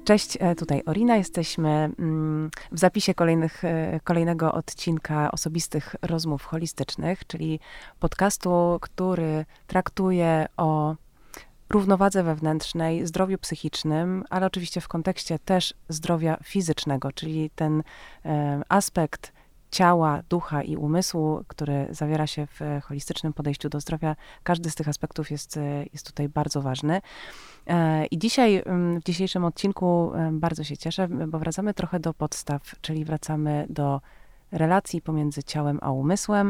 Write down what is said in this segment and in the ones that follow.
Cześć, tutaj Orina. Jesteśmy w zapisie kolejnego odcinka osobistych rozmów holistycznych, czyli podcastu, który traktuje o równowadze wewnętrznej, zdrowiu psychicznym, ale oczywiście w kontekście też zdrowia fizycznego, czyli ten aspekt ciała, ducha i umysłu, który zawiera się w holistycznym podejściu do zdrowia. Każdy z tych aspektów jest tutaj bardzo ważny. I dzisiaj, w dzisiejszym odcinku bardzo się cieszę, bo wracamy trochę do podstaw, czyli wracamy do relacji pomiędzy ciałem a umysłem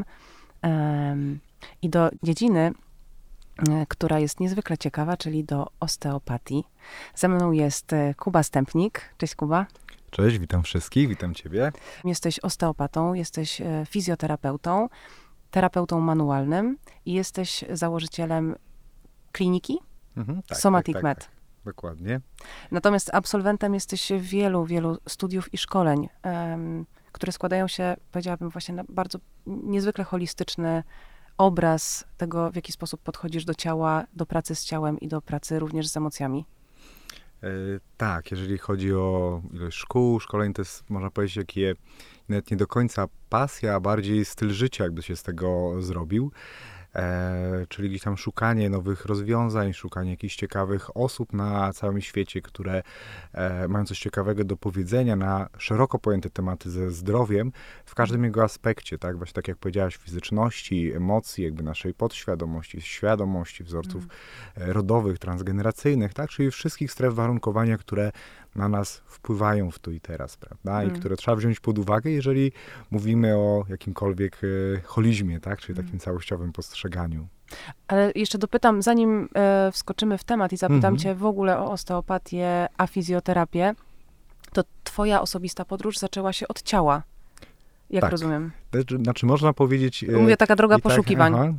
i do dziedziny, która jest niezwykle ciekawa, czyli do osteopatii. Ze mną jest Kuba Stępnik. Cześć, Kuba. Cześć, witam wszystkich, witam ciebie. Jesteś osteopatą, jesteś fizjoterapeutą, terapeutą manualnym i jesteś założycielem kliniki Somatic Med. Tak, dokładnie. Natomiast absolwentem jesteś wielu studiów i szkoleń, które składają się, powiedziałabym, właśnie na bardzo niezwykle holistyczny obraz tego, w jaki sposób podchodzisz do ciała, do pracy z ciałem i do pracy również z emocjami. Tak, jeżeli chodzi o ilość szkół, szkoleń, to jest, można powiedzieć, jakie nawet nie do końca pasja, a bardziej styl życia, jakby się z tego zrobił. Czyli gdzieś tam szukanie nowych rozwiązań, szukanie jakichś ciekawych osób na całym świecie, które mają coś ciekawego do powiedzenia na szeroko pojęte tematy ze zdrowiem, w każdym jego aspekcie, tak? Właśnie tak jak powiedziałaś, fizyczności, emocji, jakby naszej podświadomości, świadomości, wzorców rodowych, transgeneracyjnych, tak? Czyli wszystkich stref warunkowania, które na nas wpływają w tu i teraz, prawda? I które trzeba wziąć pod uwagę, jeżeli mówimy o jakimkolwiek holizmie, tak? Czyli takim całościowym postrzeganiu. Ale jeszcze dopytam, zanim wskoczymy w temat i zapytam cię w ogóle o osteopatię, a fizjoterapię, to twoja osobista podróż zaczęła się od ciała, jak tak. rozumiem. Znaczy można powiedzieć... Mówię, taka droga poszukiwań.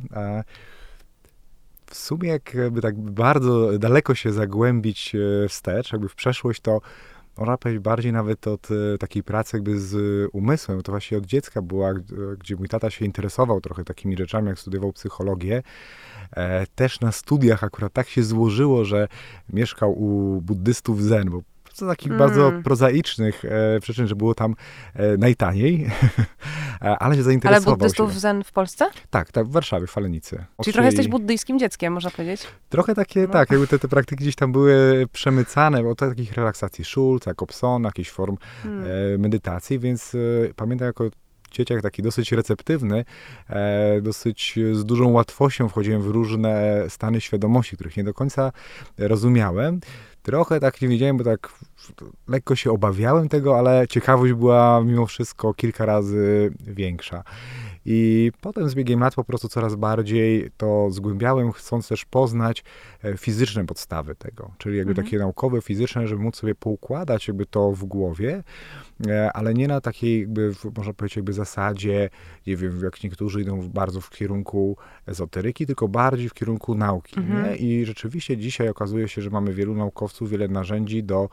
W sumie jakby tak bardzo daleko się zagłębić wstecz, jakby w przeszłość, to można powiedzieć bardziej nawet od takiej pracy jakby z umysłem. To właśnie od dziecka była, gdzie mój tata się interesował trochę takimi rzeczami, jak studiował psychologię. Też na studiach akurat tak się złożyło, że mieszkał u buddystów zen, bo z takich bardzo prozaicznych przyczyn, że było tam najtaniej, ale się zainteresował. Ale buddystów zen w Polsce? Tak, w Warszawie, w Falenicy. Czyli trochę jesteś buddyjskim dzieckiem, można powiedzieć? Trochę takie, tak, jakby te praktyki gdzieś tam były przemycane, bo to takich relaksacji Schulza, Kobsona, jakichś form medytacji, więc pamiętam jako dzieciak taki dosyć receptywny, dosyć z dużą łatwością wchodziłem w różne stany świadomości, których nie do końca rozumiałem. Trochę tak nie wiedziałem, bo tak lekko się obawiałem tego, ale ciekawość była mimo wszystko kilka razy większa. I potem z biegiem lat po prostu coraz bardziej to zgłębiałem, chcąc też poznać fizyczne podstawy tego, czyli jakby takie naukowe, fizyczne, żeby móc sobie poukładać jakby to w głowie, ale nie na takiej jakby, można powiedzieć, jakby zasadzie, nie wiem, jak niektórzy idą bardzo w kierunku ezoteryki, tylko bardziej w kierunku nauki, nie? I rzeczywiście dzisiaj okazuje się, że mamy wielu naukowców, wiele narzędzi do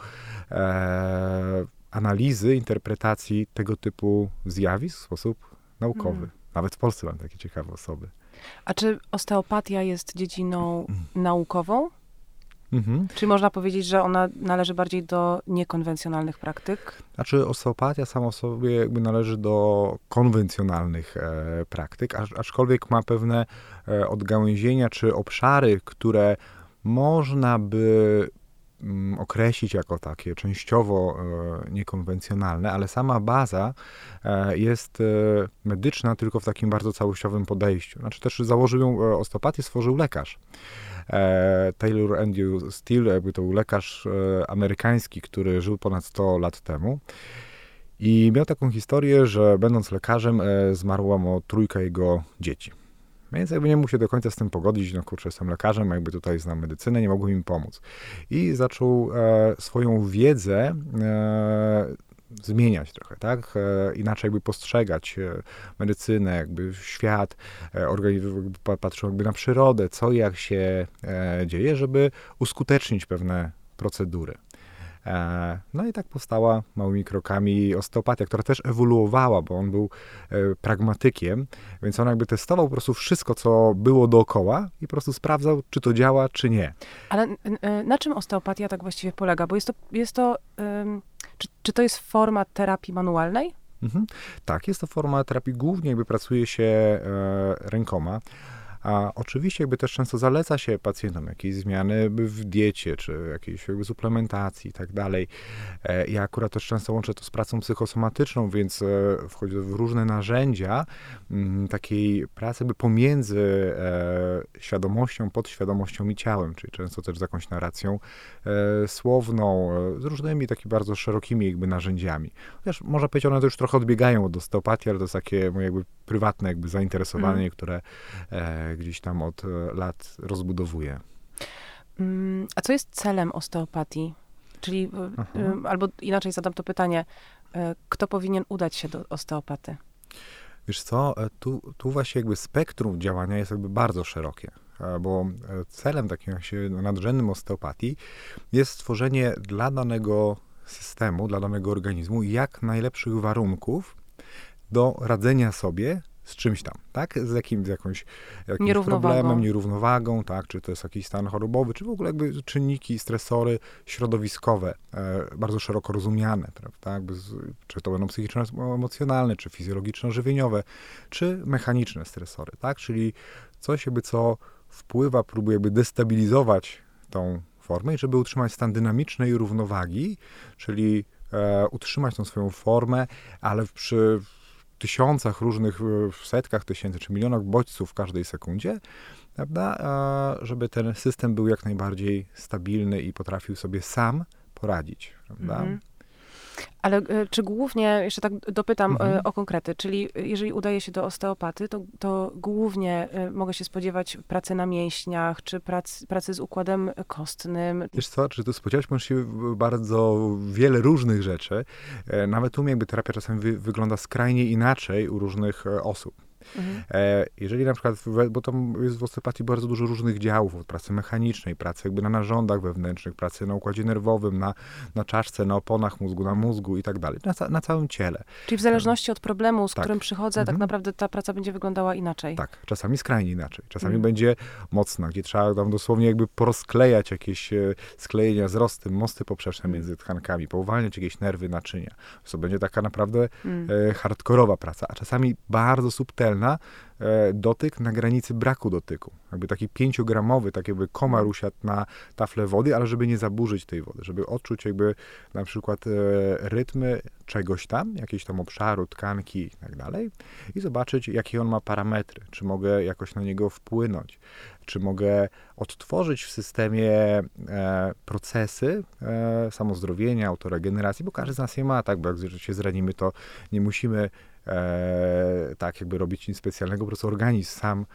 analizy, interpretacji tego typu zjawisk w sposób naukowy. Nawet w Polsce mam takie ciekawe osoby. A czy osteopatia jest dziedziną naukową? Czy można powiedzieć, że ona należy bardziej do niekonwencjonalnych praktyk? Znaczy osteopatia sama sobie jakby należy do konwencjonalnych praktyk, aczkolwiek ma pewne odgałęzienia czy obszary, które można by określić jako takie częściowo niekonwencjonalne, ale sama baza jest medyczna tylko w takim bardzo całościowym podejściu. Znaczy też założył ją osteopatię, stworzył lekarz. Taylor Andrew Steele, jakby to był lekarz amerykański, który żył ponad 100 lat temu. I miał taką historię, że będąc lekarzem zmarła mu 3 jego dzieci. Więc jakby nie mógł się do końca z tym pogodzić, no kurczę, jestem lekarzem, jakby tutaj znam medycynę, nie mogłem im pomóc. I zaczął swoją wiedzę zmieniać trochę, tak? Inaczej jakby postrzegać medycynę, jakby świat, patrzył jakby na przyrodę, co i jak się dzieje, żeby uskutecznić pewne procedury. No i tak powstała małymi krokami osteopatia, która też ewoluowała, bo on był pragmatykiem, więc on jakby testował po prostu wszystko, co było dookoła i po prostu sprawdzał, czy to działa, czy nie. Ale na czym osteopatia tak właściwie polega? Bo czy to jest forma terapii manualnej? Tak, jest to forma terapii, głównie jakby pracuje się rękoma. A oczywiście jakby też często zaleca się pacjentom jakieś zmiany w diecie, czy jakiejś jakby suplementacji i tak dalej. Ja akurat też często łączę to z pracą psychosomatyczną, więc wchodzi w różne narzędzia takiej pracy jakby pomiędzy świadomością, podświadomością i ciałem, czyli często też z jakąś narracją słowną, z różnymi takimi bardzo szerokimi jakby narzędziami. Chociaż można powiedzieć, one to już trochę odbiegają od osteopatii, ale to jest takie moje jakby prywatne jakby zainteresowanie, które gdzieś tam od lat rozbudowuje. A co jest celem osteopatii? Czyli, albo inaczej zadam to pytanie, kto powinien udać się do osteopaty? Wiesz co, tu właśnie jakby spektrum działania jest jakby bardzo szerokie, bo celem takim nadrzędnym osteopatii jest stworzenie dla danego systemu, dla danego organizmu jak najlepszych warunków do radzenia sobie z czymś tam, tak? Z jakimś problemem, nierównowagą, tak? Czy to jest jakiś stan chorobowy, czy w ogóle jakby czynniki, stresory środowiskowe, bardzo szeroko rozumiane, prawda? Czy to będą psychiczno-emocjonalne, czy fizjologiczno-żywieniowe, czy mechaniczne stresory, tak? Czyli coś jakby, co wpływa, próbuje jakby destabilizować tą formę i żeby utrzymać stan dynamicznej równowagi, czyli utrzymać tą swoją formę, ale przy tysiącach różnych, w setkach tysięcy czy milionach bodźców w każdej sekundzie, prawda, żeby ten system był jak najbardziej stabilny i potrafił sobie sam poradzić, prawda? Ale czy głównie, jeszcze tak dopytam o konkrety, czyli jeżeli udaje się do osteopaty, to głównie mogę się spodziewać pracy na mięśniach, czy pracy z układem kostnym? Wiesz co, czy to spodziewać możesz się bardzo wiele różnych rzeczy. Nawet u mnie jakby terapia czasami wygląda skrajnie inaczej u różnych osób. Jeżeli na przykład, bo tam jest w osteopatii bardzo dużo różnych działów, od pracy mechanicznej, pracy jakby na narządach wewnętrznych, pracy na układzie nerwowym, na czaszce, na oponach mózgu, na mózgu i tak dalej, na całym ciele. Czyli w zależności od problemu, z którym przychodzę, tak naprawdę ta praca będzie wyglądała inaczej. Tak, czasami skrajnie inaczej. Czasami będzie mocna, gdzie trzeba tam dosłownie jakby porozklejać jakieś sklejenia, wzrosty, mosty poprzeczne między tkankami, pouwalniać jakieś nerwy, naczynia. To będzie taka naprawdę hardkorowa praca, a czasami bardzo subtelna, dotyk na granicy braku dotyku. Jakby taki 5-gramowy, tak jakby komar usiadł na taflę wody, ale żeby nie zaburzyć tej wody, żeby odczuć jakby na przykład rytmy czegoś tam, jakiegoś tam obszaru, tkanki i tak dalej i zobaczyć, jakie on ma parametry, czy mogę jakoś na niego wpłynąć, czy mogę odtworzyć w systemie procesy samozdrowienia, autoregeneracji, bo każdy z nas je ma, tak, bo jak się zranimy, to nie musimy tak jakby robić nic specjalnego, po prostu organizm sam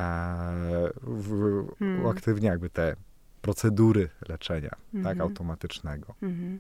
uaktywnia jakby te procedury leczenia, tak, automatycznego.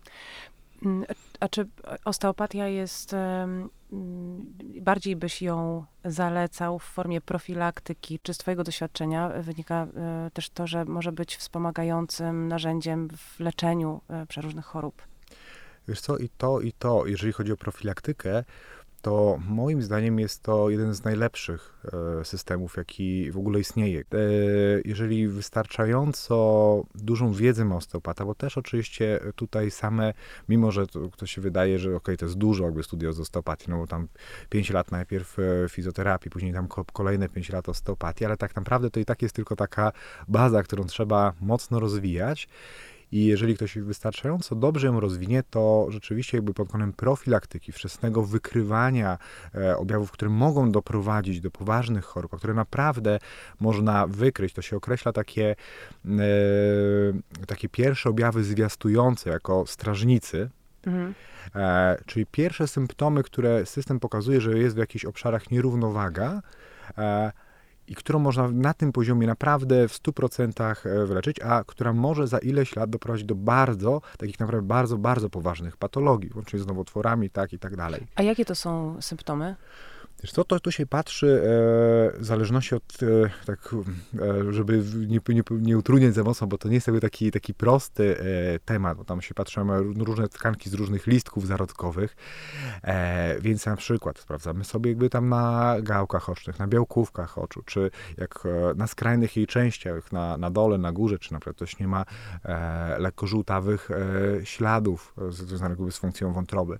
A czy osteopatia jest, bardziej byś ją zalecał w formie profilaktyki, czy z twojego doświadczenia wynika też to, że może być wspomagającym narzędziem w leczeniu przeróżnych chorób? Wiesz co, i to, jeżeli chodzi o profilaktykę, to moim zdaniem jest to jeden z najlepszych systemów, jaki w ogóle istnieje. Jeżeli wystarczająco dużą wiedzę ma osteopata, bo też oczywiście tutaj mimo że to się wydaje, że to jest dużo jakby studia z osteopatii, no bo tam 5 lat najpierw fizjoterapii, później tam kolejne 5 lat osteopatii, ale tak naprawdę to i tak jest tylko taka baza, którą trzeba mocno rozwijać. I jeżeli ktoś wystarczająco dobrze ją rozwinie, to rzeczywiście jakby pod kątem profilaktyki, wczesnego wykrywania objawów, które mogą doprowadzić do poważnych chorób, a które naprawdę można wykryć, to się określa takie pierwsze objawy zwiastujące jako strażnicy, czyli pierwsze symptomy, które system pokazuje, że jest w jakichś obszarach nierównowaga, i którą można na tym poziomie naprawdę w 100% wyleczyć, a która może za ileś lat doprowadzić do takich naprawdę bardzo, bardzo poważnych patologii, łącznie z nowotworami, tak i tak dalej. A jakie to są symptomy? Wiesz co, to się patrzy w zależności od, żeby nie utrudniać za mocno, bo to nie jest jakby taki prosty temat, bo tam się patrzy na różne tkanki z różnych listków zarodkowych, więc na przykład sprawdzamy sobie jakby tam na gałkach ocznych, na białkówkach oczu, czy jak na skrajnych jej częściach, na dole, na górze, czy na przykład ktoś nie ma lekko żółtawych śladów związanych z funkcją wątroby,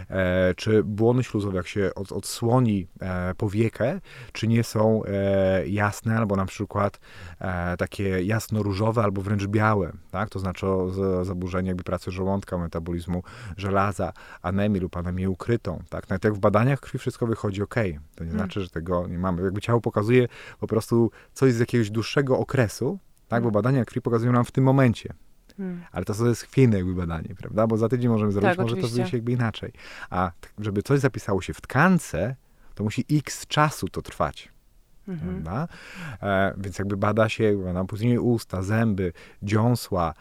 czy błony śluzowe, jak się odsłoni powiekę, czy nie są jasne, albo na przykład takie jasno-różowe, albo wręcz białe, tak? To znaczy o zaburzenie jakby pracy żołądka, metabolizmu żelaza, anemii lub anemię ukrytą, tak? Nawet jak w badaniach krwi wszystko wychodzi ok, to nie znaczy, że tego nie mamy. Jakby ciało pokazuje po prostu coś z jakiegoś dłuższego okresu, tak? Bo badania krwi pokazują nam w tym momencie. Ale to jest chwiejne jakby badanie, prawda? Bo za tydzień możemy zrobić, może to wyjść jakby inaczej. A żeby coś zapisało się w tkance, to musi x czasu to trwać. Prawda? Więc jakby bada się później usta, zęby, dziąsła,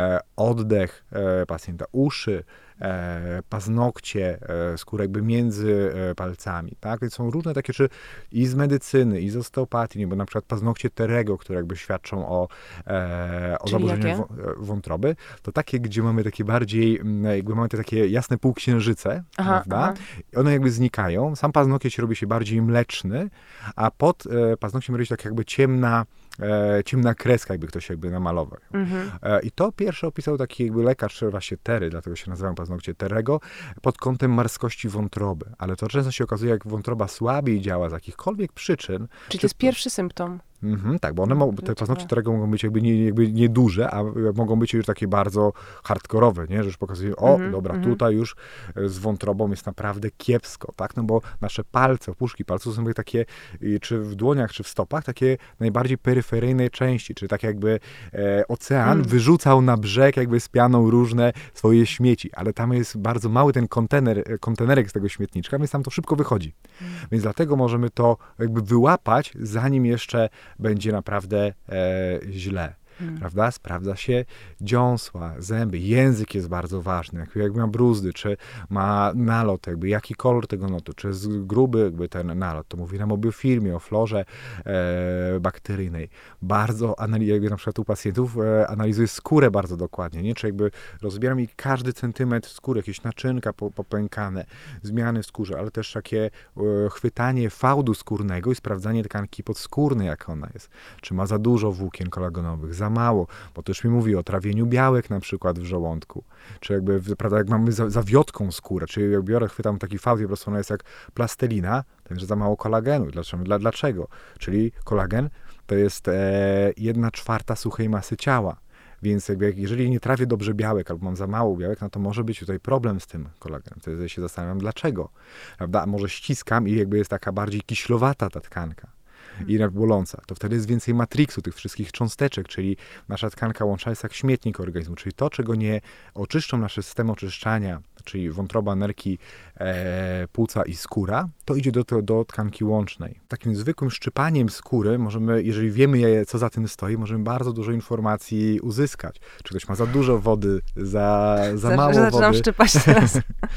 oddech pacjenta, uszy, paznokcie, skórę jakby między palcami, tak? Więc są różne takie, czy i z medycyny, i z osteopatii, bo na przykład paznokcie Terego, które jakby świadczą o zaburzeniach wątroby, to takie, gdzie mamy takie bardziej, jakby mamy te takie jasne półksiężyce, prawda? I one jakby znikają, sam paznokieć robi się bardziej mleczny, a pod paznokciem robi się tak jakby ciemna kreska, jakby ktoś jakby namalował. I to pierwszy opisał taki jakby lekarz właśnie Tery, dlatego się nazywają paznokcie Terego, pod kątem marskości wątroby. Ale to często się okazuje, jak wątroba słabiej działa z jakichkolwiek przyczyn. Czyli to jest pierwszy symptom. Tak, bo te paznokcie Terego mogą być jakby nieduże, a mogą być już takie bardzo hardkorowe, nie? Że już pokazują, tutaj już z wątrobą jest naprawdę kiepsko, tak? No bo nasze palce, opuszki palców są takie, czy w dłoniach, czy w stopach, takie najbardziej peryferyjnej części, czyli tak jakby ocean wyrzucał na brzeg jakby z pianą różne swoje śmieci, ale tam jest bardzo mały ten kontenerek z tego śmietniczka, więc tam to szybko wychodzi. Więc dlatego możemy to jakby wyłapać, zanim jeszcze będzie naprawdę źle. Prawda? Sprawdza się dziąsła, zęby, język jest bardzo ważny, jak ma bruzdy, czy ma nalot, jakby jaki kolor tego nalotu, czy jest gruby jakby ten nalot, to mówi nam o biofilmie, o florze bakteryjnej. Bardzo jakby na przykład u pacjentów analizuje skórę bardzo dokładnie, nie? Czy jakby rozbiera mi każdy centymetr skóry, jakieś naczynka popękane, zmiany w skórze, ale też takie chwytanie fałdu skórnego i sprawdzanie tkanki podskórnej, jak ona jest. Czy ma za dużo włókien kolagenowych, za mało, bo to już mi mówi o trawieniu białek na przykład w żołądku, czy jakby, prawda, jak mamy zawiotką skórę, czyli jak biorę, chwytam taki fałd i po prostu ona jest jak plastelina, to jest za mało kolagenu. Dlaczego? Czyli kolagen to jest 1/4 suchej masy ciała. Więc jakby jeżeli nie trawię dobrze białek albo mam za mało białek, no to może być tutaj problem z tym kolagenem. Wtedy się zastanawiam, dlaczego. Prawda? A może ściskam i jakby jest taka bardziej kiślowata ta tkanka i boląca, to wtedy jest więcej matriksu, tych wszystkich cząsteczek, czyli nasza tkanka łączna jest jak śmietnik organizmu, czyli to, czego nie oczyszczą nasze systemy oczyszczania, czyli wątroba, nerki, płuca i skóra, to idzie do tkanki łącznej. Takim zwykłym szczypaniem skóry możemy, jeżeli wiemy, co za tym stoi, możemy bardzo dużo informacji uzyskać. Czy ktoś ma za dużo wody, za mało wody. Zaczynam szczypać teraz.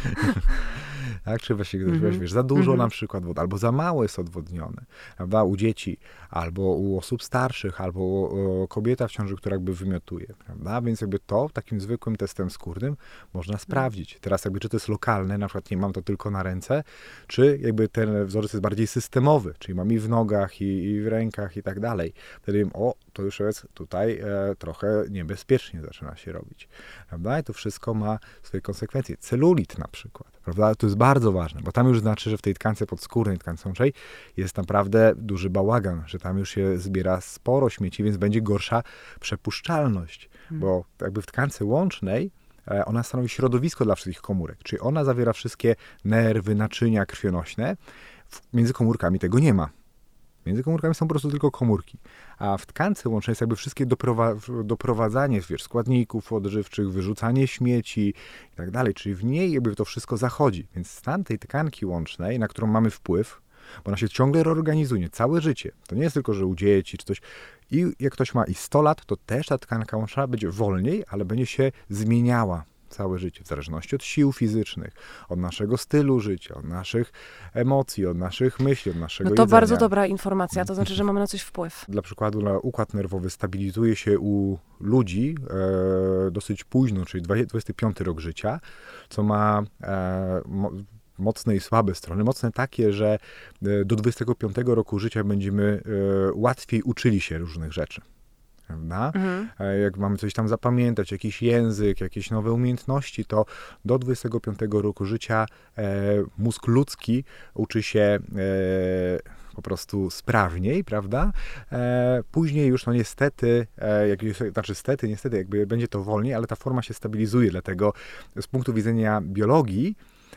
Tak, czy właśnie wiesz, za dużo na przykład wody, albo za mało jest odwodnione, prawda, u dzieci, albo u osób starszych, albo kobieta w ciąży, która jakby wymiotuje, prawda, więc jakby to takim zwykłym testem skórnym można sprawdzić. Teraz jakby, czy to jest lokalne, na przykład nie mam to tylko na ręce, czy jakby ten wzorzec jest bardziej systemowy, czyli mam i w nogach, i w rękach i tak dalej. Wtedy wiem, to już jest tutaj trochę niebezpiecznie zaczyna się robić, prawda, i to wszystko ma swoje konsekwencje. Celulit na przykład, prawda, to jest bardzo ważne, bo tam już znaczy, że w tej tkance podskórnej, tkance łącznej jest naprawdę duży bałagan, że tam już się zbiera sporo śmieci, więc będzie gorsza przepuszczalność, bo jakby w tkance łącznej ona stanowi środowisko dla wszystkich komórek, czyli ona zawiera wszystkie nerwy, naczynia krwionośne, między komórkami tego nie ma. Między komórkami są po prostu tylko komórki. A w tkance łącznej jest jakby wszystkie doprowadzanie składników odżywczych, wyrzucanie śmieci i tak dalej. Czyli w niej jakby to wszystko zachodzi. Więc stan tej tkanki łącznej, na którą mamy wpływ, bo ona się ciągle reorganizuje, całe życie. To nie jest tylko, że u dzieci czy coś. I jak ktoś ma i 100 lat, to też ta tkanka łączna będzie wolniej, ale będzie się zmieniała całe życie, w zależności od sił fizycznych, od naszego stylu życia, od naszych emocji, od naszych myśli, od naszego No to jedzenia. bardzo dobra informacja, to znaczy, że mamy na coś wpływ. Dla przykładu układ nerwowy stabilizuje się u ludzi dosyć późno, czyli 25 rok życia, co ma mocne i słabe strony. Mocne takie, że do 25 roku życia będziemy łatwiej uczyli się różnych rzeczy. Prawda? Jak mamy coś tam zapamiętać, jakiś język, jakieś nowe umiejętności, to do 25 roku życia mózg ludzki uczy się po prostu sprawniej, prawda? Później już, no niestety, niestety, jakby będzie to wolniej, ale ta forma się stabilizuje, dlatego z punktu widzenia biologii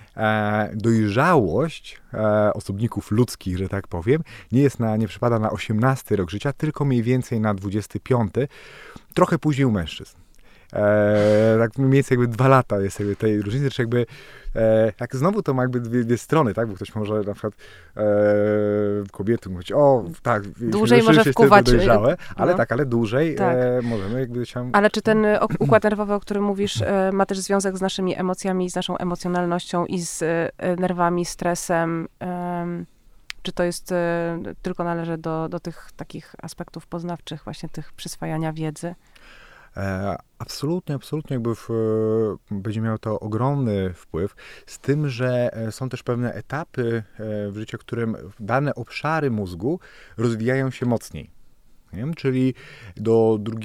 dojrzałość osobników ludzkich, że tak powiem, nie przypada na 18 rok życia, tylko mniej więcej na 25, trochę później u mężczyzn. Tak mniej więcej jakby 2 lata jest jakby tej różnicy, czy jakby jak znowu to ma jakby dwie strony, tak, bo ktoś może na przykład kobiety mówić, tak, dłużej może wkuwać, dojrzałe, ale dłużej tak. możemy jakby się... Ale czy ten układ nerwowy, o którym mówisz, ma też związek z naszymi emocjami, z naszą emocjonalnością i z nerwami, stresem? Czy to jest, tylko należy do tych takich aspektów poznawczych, właśnie tych przyswajania wiedzy? Absolutnie jakby będzie miało to ogromny wpływ, z tym, że są też pewne etapy w życiu, w którym dane obszary mózgu rozwijają się mocniej. Nie? Czyli do 2,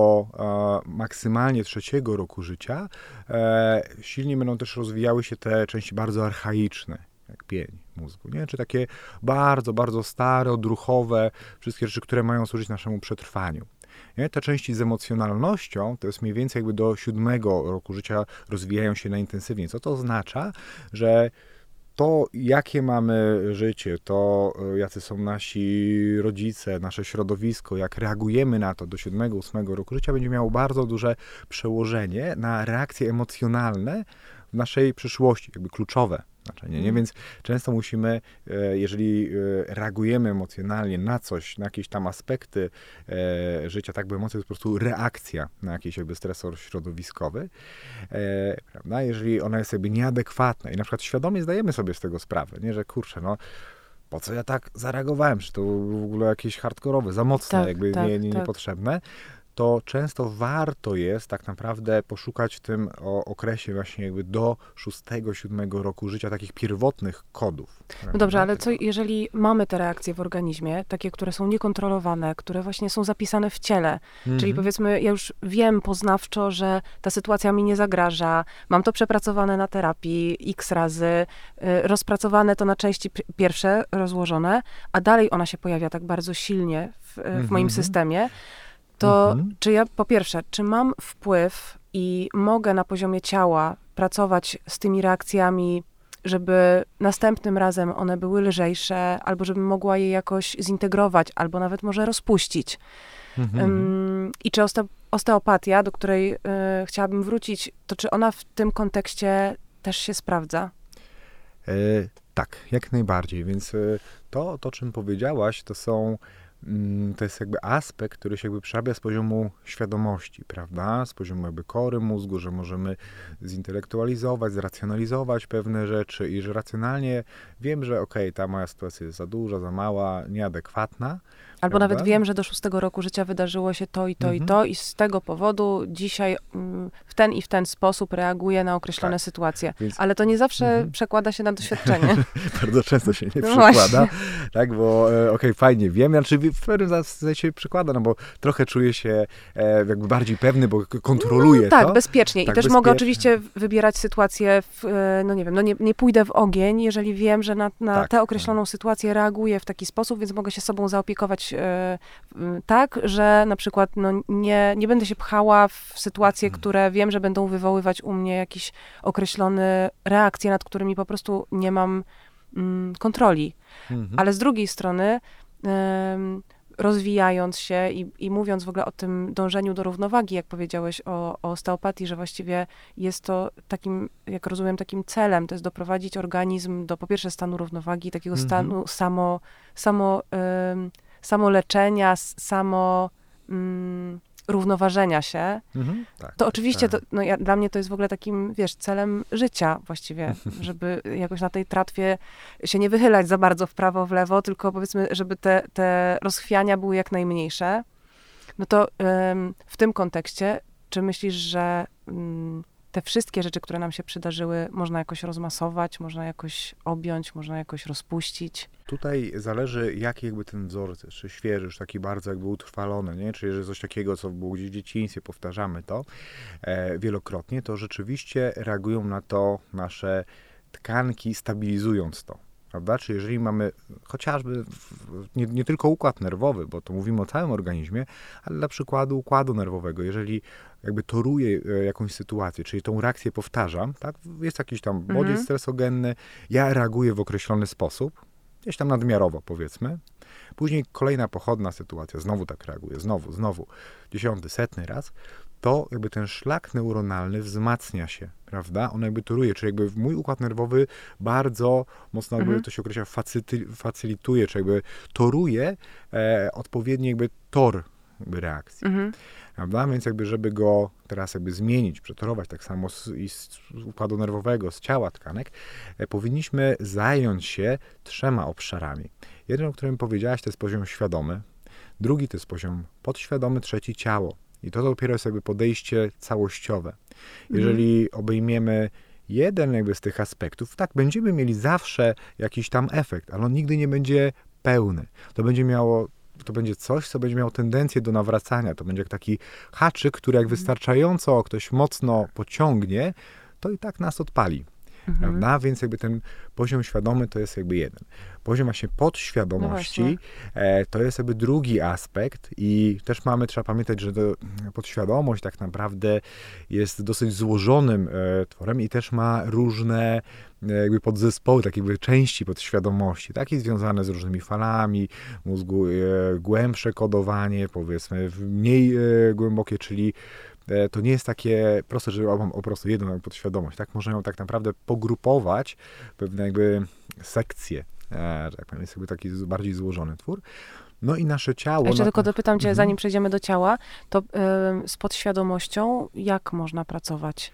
maksymalnie 3 roku życia silnie będą też rozwijały się te części bardzo archaiczne, jak pień mózgu, nie? Czy takie bardzo, bardzo stare, odruchowe, wszystkie rzeczy, które mają służyć naszemu przetrwaniu. Nie? Te części z emocjonalnością to jest mniej więcej jakby do 7 roku życia rozwijają się najintensywniej. Co to oznacza? Że to, jakie mamy życie, to jacy są nasi rodzice, nasze środowisko, jak reagujemy na to do 7-8 roku życia, będzie miało bardzo duże przełożenie na reakcje emocjonalne w naszej przyszłości, jakby kluczowe znaczenie, nie? Więc często musimy, jeżeli reagujemy emocjonalnie na coś, na jakieś tam aspekty życia, tak, bo emocje to jest po prostu reakcja na jakiś jakby stresor środowiskowy, prawda? Jeżeli ona jest jakby nieadekwatna i na przykład świadomie zdajemy sobie z tego sprawę, nie, że kurczę, no po co ja tak zareagowałem, czy to w ogóle jakieś hardkorowe, za mocne, tak, jakby niepotrzebne, to często warto jest tak naprawdę poszukać w tym okresie właśnie jakby do 6-7 roku życia takich pierwotnych kodów. No dobrze, ale co jeżeli mamy te reakcje w organizmie, takie, które są niekontrolowane, które właśnie są zapisane w ciele, czyli powiedzmy, ja już wiem poznawczo, że ta sytuacja mi nie zagraża, mam to przepracowane na terapii x razy, rozpracowane to na części pierwsze, rozłożone, a dalej ona się pojawia tak bardzo silnie w moim systemie, to czy ja, po pierwsze, czy mam wpływ i mogę na poziomie ciała pracować z tymi reakcjami, żeby następnym razem one były lżejsze, albo żebym mogła je jakoś zintegrować, albo nawet może rozpuścić. I czy osteopatia, do której chciałabym wrócić, to czy ona w tym kontekście też się sprawdza? Tak, jak najbardziej. Więc to, o czym powiedziałaś, to jest jakby aspekt, który się jakby przerabia z poziomu świadomości, prawda? Z poziomu jakby kory mózgu, że możemy zintelektualizować, zracjonalizować pewne rzeczy i że racjonalnie wiem, że ta moja sytuacja jest za duża, za mała, nieadekwatna. Albo nawet wiem, że do 6 roku życia wydarzyło się to i to i to i z tego powodu dzisiaj w ten i w ten sposób reaguję na określone sytuacje. Więc... Ale to nie zawsze przekłada się na doświadczenie. Bardzo często się nie przekłada, tak, bo fajnie wiem, znaczy w pewnym sensie przekłada, no bo trochę czuję się jakby bardziej pewny, bo kontroluję tak, to. bezpiecznie. Tak, i też bezpiecznie. Mogę oczywiście wybierać sytuację, nie pójdę w ogień, jeżeli wiem, że na tę określoną sytuację reaguję w taki sposób, więc mogę się sobą zaopiekować tak, że na przykład nie będę się pchała w sytuacje, które wiem, że będą wywoływać u mnie jakieś określone reakcje, nad którymi po prostu nie mam kontroli. Ale z drugiej strony rozwijając się i mówiąc w ogóle o tym dążeniu do równowagi, jak powiedziałeś o osteopatii, że właściwie jest to takim, jak rozumiem, takim celem, to jest doprowadzić organizm do po pierwsze stanu równowagi, takiego stanu samoleczenia, równoważenia się, Tak, to oczywiście tak. dla mnie to jest w ogóle takim, wiesz, celem życia właściwie, żeby jakoś na tej tratwie się nie wychylać za bardzo w prawo, w lewo, tylko powiedzmy, żeby te rozchwiania były jak najmniejsze. No to w tym kontekście, czy myślisz, że te wszystkie rzeczy, które nam się przydarzyły, można jakoś rozmasować, można jakoś objąć, można jakoś rozpuścić? Tutaj zależy, jaki jakby ten wzór, czy świeży, już taki bardzo jakby utrwalony, nie? Czy jeżeli coś takiego, co było gdzieś w dzieciństwie, powtarzamy to wielokrotnie, to rzeczywiście reagują na to nasze tkanki, stabilizując to. Prawda? Czy jeżeli mamy chociażby nie tylko układ nerwowy, bo to mówimy o całym organizmie, ale dla przykładu układu nerwowego, jeżeli jakby toruję jakąś sytuację, czyli tą reakcję powtarzam, tak? Jest jakiś tam bodziec stresogenny, ja reaguję w określony sposób, gdzieś tam nadmiarowo powiedzmy, później kolejna pochodna sytuacja, znowu tak reaguję, znowu, 10., 100. raz, to jakby ten szlak neuronalny wzmacnia się, prawda? On jakby toruje, czyli jakby mój układ nerwowy bardzo mocno, jakby to się określa, facylituje, czy jakby toruje odpowiedni jakby tor jakby reakcji. Prawda? Więc jakby, żeby go teraz jakby zmienić, przetorować, tak samo z układu nerwowego, z ciała tkanek, powinniśmy zająć się 3 obszarami. Jeden, o którym powiedziałaś, to jest poziom świadomy, drugi to jest poziom podświadomy, trzeci ciało. I to dopiero jest jakby podejście całościowe. Jeżeli obejmiemy jeden jakby z tych aspektów, tak, będziemy mieli zawsze jakiś tam efekt, ale on nigdy nie będzie pełny. To będzie coś, co będzie miało tendencję do nawracania. To będzie jak taki haczyk, który jak wystarczająco ktoś mocno pociągnie, to i tak nas odpali. Prawda? Więc jakby ten poziom świadomy to jest jakby jeden. Poziom właśnie podświadomości to jest jakby drugi aspekt i też trzeba pamiętać, że podświadomość tak naprawdę jest dosyć złożonym tworem i też ma różne jakby podzespoły, takie jakby części podświadomości, takie związane z różnymi falami mózgu, głębsze kodowanie, powiedzmy, mniej głębokie, czyli to nie jest takie proste, że mam po prostu jedną podświadomość, tak? Można ją tak naprawdę pogrupować, pewne jakby sekcje, że tak powiem, jest jakby taki bardziej złożony twór. No i nasze ciało... Jeszcze tylko dopytam cię, zanim przejdziemy do ciała, to z podświadomością jak można pracować?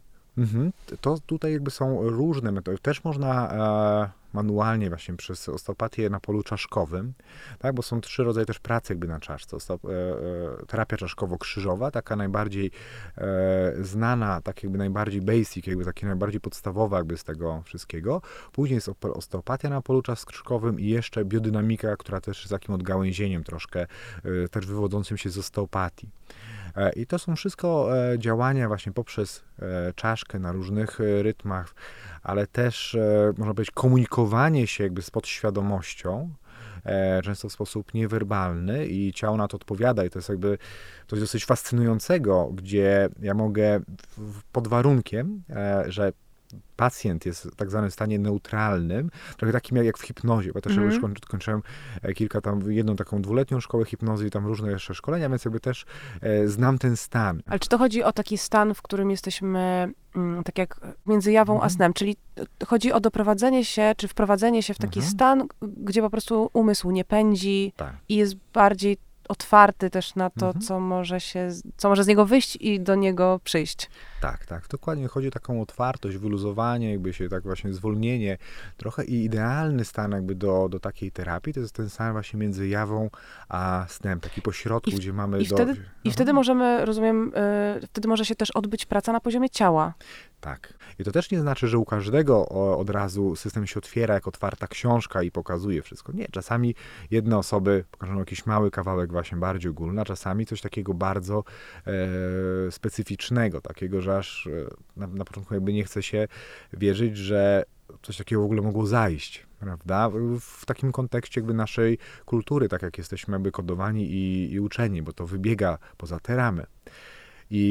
To tutaj jakby są różne metody. Też można manualnie właśnie przez osteopatię na polu czaszkowym, tak, bo są 3 rodzaje też pracy jakby na czaszce. Terapia czaszkowo-krzyżowa, taka najbardziej znana, tak jakby najbardziej basic, jakby takie najbardziej podstawowa jakby z tego wszystkiego. Później jest osteopatia na polu czaszkowym i jeszcze biodynamika, która też jest takim odgałęzieniem troszkę, też wywodzącym się z osteopatii. I to są wszystko działania właśnie poprzez czaszkę na różnych rytmach, ale też, można powiedzieć, komunikowanie się jakby z podświadomością, często w sposób niewerbalny i ciało na to odpowiada i to jest jakby coś dosyć fascynującego, gdzie ja mogę pod warunkiem, że pacjent jest w tak zwanym stanie neutralnym, trochę takim jak w hipnozie, bo też już kończyłem jedną taką 2-letnią szkołę hipnozy i tam różne jeszcze szkolenia, więc jakby też znam ten stan. Ale czy to chodzi o taki stan, w którym jesteśmy tak jak między jawą a snem, czyli chodzi o doprowadzenie się, czy wprowadzenie się w taki stan, gdzie po prostu umysł nie pędzi i jest bardziej otwarty też na to, co może z niego wyjść i do niego przyjść. Tak, dokładnie. Chodzi o taką otwartość, wyluzowanie, jakby się tak właśnie zwolnienie trochę i idealny stan jakby do takiej terapii, to jest ten stan właśnie między jawą a snem, taki pośrodku, gdzie mamy I wtedy możemy, rozumiem, wtedy może się też odbyć praca na poziomie ciała. Tak. I to też nie znaczy, że u każdego od razu system się otwiera jak otwarta książka i pokazuje wszystko. Nie, czasami jedne osoby pokażą jakiś mały kawałek właśnie bardziej ogólny, a czasami coś takiego bardzo specyficznego, takiego, że aż na początku jakby nie chce się wierzyć, że coś takiego w ogóle mogło zajść, prawda? W takim kontekście jakby naszej kultury, tak jak jesteśmy jakby kodowani i uczeni, bo to wybiega poza te ramy. I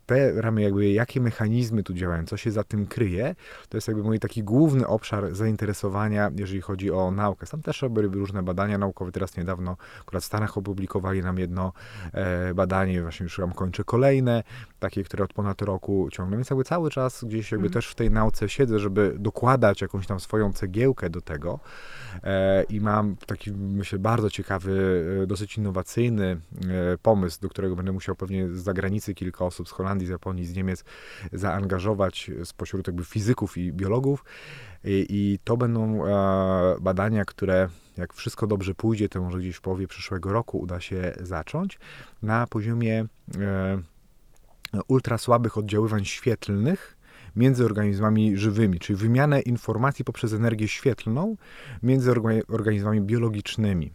te ramy jakby, jakie mechanizmy tu działają, co się za tym kryje, to jest jakby mój taki główny obszar zainteresowania, jeżeli chodzi o naukę. Tam też były różne badania naukowe. Teraz niedawno akurat w Stanach opublikowali nam jedno badanie, właśnie już tam kończę kolejne, takie, które od ponad roku ciągną. Więc jakby cały czas gdzieś jakby też w tej nauce siedzę, żeby dokładać jakąś tam swoją cegiełkę do tego. I mam taki, myślę, bardzo ciekawy, dosyć innowacyjny pomysł, do którego będę musiał pewnie z zagranicy kilka osób z Holandii, z Japonii, z Niemiec zaangażować spośród jakby fizyków i biologów. I to będą badania, które jak wszystko dobrze pójdzie, to może gdzieś w połowie przyszłego roku uda się zacząć na poziomie ultrasłabych oddziaływań świetlnych między organizmami żywymi, czyli wymianę informacji poprzez energię świetlną między organizmami biologicznymi.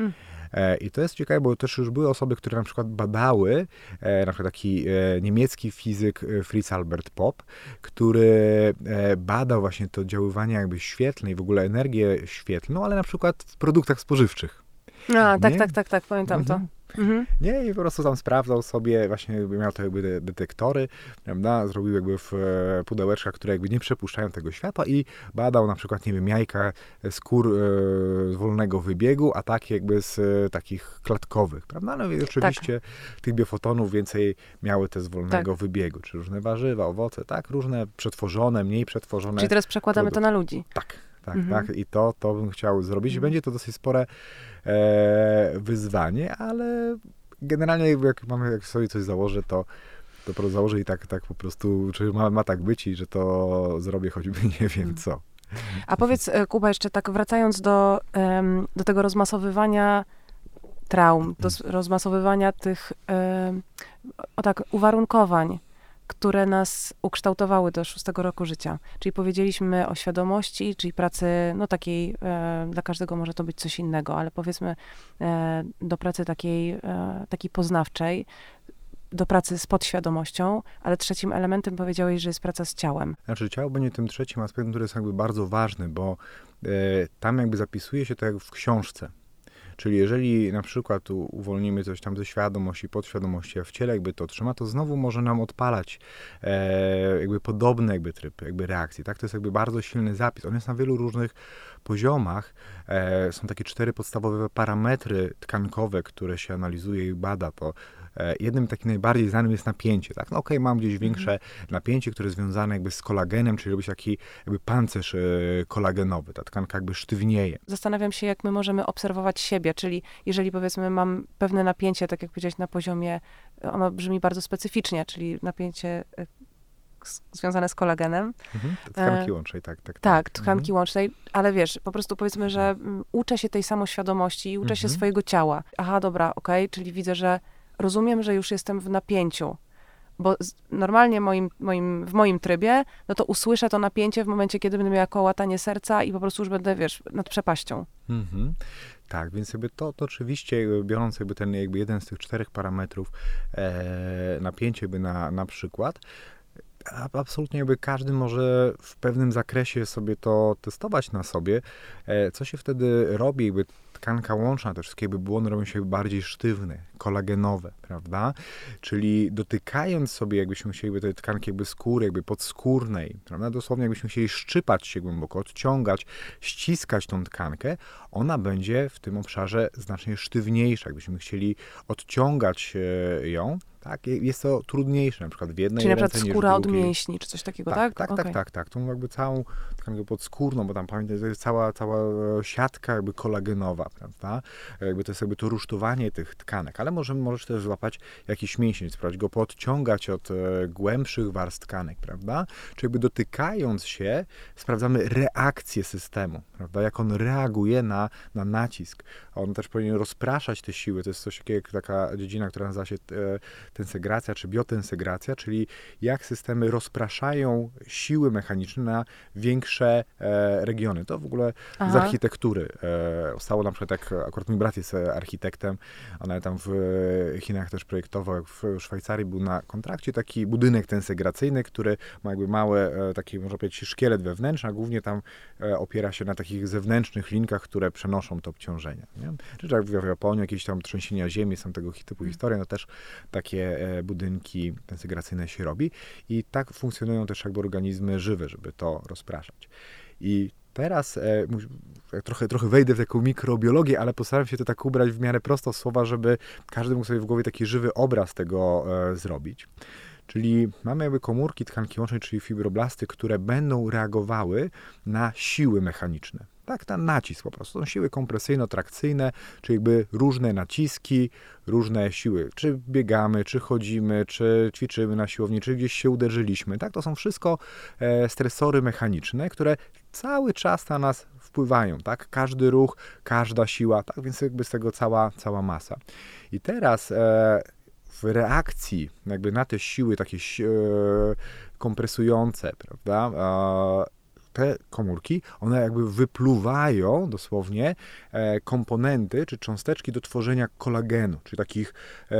I to jest ciekawe, bo też już były osoby, które na przykład badały, na przykład taki niemiecki fizyk Fritz Albert Popp, który badał właśnie to oddziaływanie jakby świetlne i w ogóle energię świetlną, ale na przykład w produktach spożywczych. Tak, pamiętam to. Nie, i po prostu tam sprawdzał sobie, właśnie miał to jakby detektory, prawda, zrobił jakby w pudełeczkach, które jakby nie przepuszczają tego światła i badał na przykład, nie wiem, jajka z kur z wolnego wybiegu, a takie jakby z takich klatkowych, prawda, no i oczywiście tych biofotonów więcej miały te z wolnego wybiegu, czy różne warzywa, owoce, tak, różne przetworzone, mniej przetworzone. Czyli teraz przekładamy to na ludzi. Tak. I to bym chciał zrobić. Będzie to dosyć spore wyzwanie, ale generalnie jak sobie coś założę, to po prostu założę i tak po prostu, czy ma tak być i że to zrobię, choćby nie wiem co. A powiedz, Kuba, jeszcze tak wracając do tego rozmasowywania traum, do rozmasowywania tych uwarunkowań, które nas ukształtowały do 6 roku życia. Czyli powiedzieliśmy o świadomości, czyli pracy, no takiej, dla każdego może to być coś innego, ale powiedzmy do pracy takiej poznawczej, do pracy z podświadomością, ale trzecim elementem powiedziałeś, że jest praca z ciałem. Znaczy ciało będzie tym trzecim aspektem, który jest jakby bardzo ważny, bo tam jakby zapisuje się to jak w książce. Czyli jeżeli na przykład uwolnimy coś tam ze świadomości, podświadomości, a w ciele jakby to trzyma, to znowu może nam odpalać jakby podobny jakby tryb, jakby reakcji. Tak? To jest jakby bardzo silny zapis. On jest na wielu różnych poziomach. Są takie 4 podstawowe parametry tkankowe, które się analizuje i bada. To jednym takim najbardziej znanym jest napięcie. Tak? No mam gdzieś większe napięcie, które jest związane jakby z kolagenem, czyli robi się taki jakby pancerz kolagenowy. Ta tkanka jakby sztywnieje. Zastanawiam się, jak my możemy obserwować siebie, czyli jeżeli powiedzmy mam pewne napięcie, tak jak powiedziałeś, na poziomie, ono brzmi bardzo specyficznie, czyli napięcie związane z kolagenem. Tkanki łącznej, tak. Tak, tkanki łącznej, ale wiesz, po prostu powiedzmy, że uczę się tej samoświadomości i uczę się swojego ciała. Aha, dobra, okej, czyli widzę, że rozumiem, że już jestem w napięciu, bo normalnie w moim trybie, no to usłyszę to napięcie w momencie, kiedy będę miała kołatanie serca i po prostu już będę, wiesz, nad przepaścią. Tak, więc jakby to oczywiście, biorąc jakby ten jakby jeden z tych 4 parametrów, napięcie jakby na przykład, absolutnie jakby każdy może w pewnym zakresie sobie to testować na sobie. Co się wtedy robi, jakby tkanka łączna, te wszystkie jakby błony robią się bardziej sztywne, kolagenowe, prawda? Czyli dotykając sobie, jakbyśmy chcieli tej tkanki jakby skóry, jakby podskórnej, prawda? Dosłownie jakbyśmy chcieli szczypać się głęboko, odciągać, ściskać tą tkankę, ona będzie w tym obszarze znacznie sztywniejsza. Jakbyśmy chcieli odciągać ją, tak, jest to trudniejsze, na przykład w jednej czyli ręce na przykład skóra od mięśni, czy coś takiego, tak? Tak. Tą jakby całą tkankę podskórną, bo tam pamiętaj, to jest cała siatka jakby kolagenowa, prawda? Jakby to jest jakby to rusztowanie tych tkanek, ale możesz też złapać jakiś mięsień, spróbować go podciągać od głębszych warstw tkanek, prawda? Czyli jakby dotykając się, sprawdzamy reakcję systemu, prawda? Jak on reaguje na nacisk. On też powinien rozpraszać te siły. To jest coś takiego jak taka dziedzina, która nazywa się tensegracja czy biotensegracja, czyli jak systemy rozpraszają siły mechaniczne na większe regiony. To w ogóle z architektury. Stało na przykład, jak akurat mój brat jest architektem, on tam w Chinach też projektował, jak w Szwajcarii był na kontrakcie taki budynek tensegracyjny, który ma jakby małe, taki można powiedzieć szkielet wewnętrzny, a głównie tam opiera się na takich zewnętrznych linkach, które przenoszą to obciążenie. Nie? Nie? Czy jak w Japonii jakieś tam trzęsienia ziemi, są tego typu historie, no też takie budynki integracyjne się robi i tak funkcjonują też jakby organizmy żywe, żeby to rozpraszać. I teraz trochę wejdę w taką mikrobiologię, ale postaram się to tak ubrać w miarę prosto słowa, żeby każdy mógł sobie w głowie taki żywy obraz tego zrobić. Czyli mamy jakby komórki tkanki łącznej, czyli fibroblasty, które będą reagowały na siły mechaniczne. Tak, na nacisk po prostu. Są siły kompresyjno-trakcyjne, czyli jakby różne naciski, różne siły. Czy biegamy, czy chodzimy, czy ćwiczymy na siłowni, czy gdzieś się uderzyliśmy. Tak, to są wszystko stresory mechaniczne, które cały czas na nas wpływają. Tak, każdy ruch, każda siła, tak, więc jakby z tego cała masa. I teraz w reakcji jakby na te siły takie kompresujące, prawda, te komórki, one jakby wypluwają dosłownie komponenty czy cząsteczki do tworzenia kolagenu, czyli takich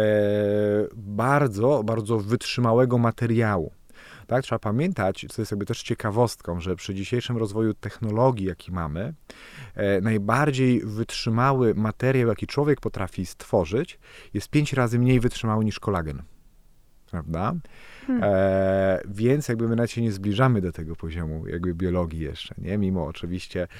bardzo, bardzo wytrzymałego materiału. Tak, trzeba pamiętać, co jest jakby też ciekawostką, że przy dzisiejszym rozwoju technologii, jaki mamy, najbardziej wytrzymały materiał, jaki człowiek potrafi stworzyć, jest 5 razy mniej wytrzymały niż kolagen. Prawda? Więc jakby my nawet się nie zbliżamy do tego poziomu jakby biologii jeszcze, nie? Mimo oczywiście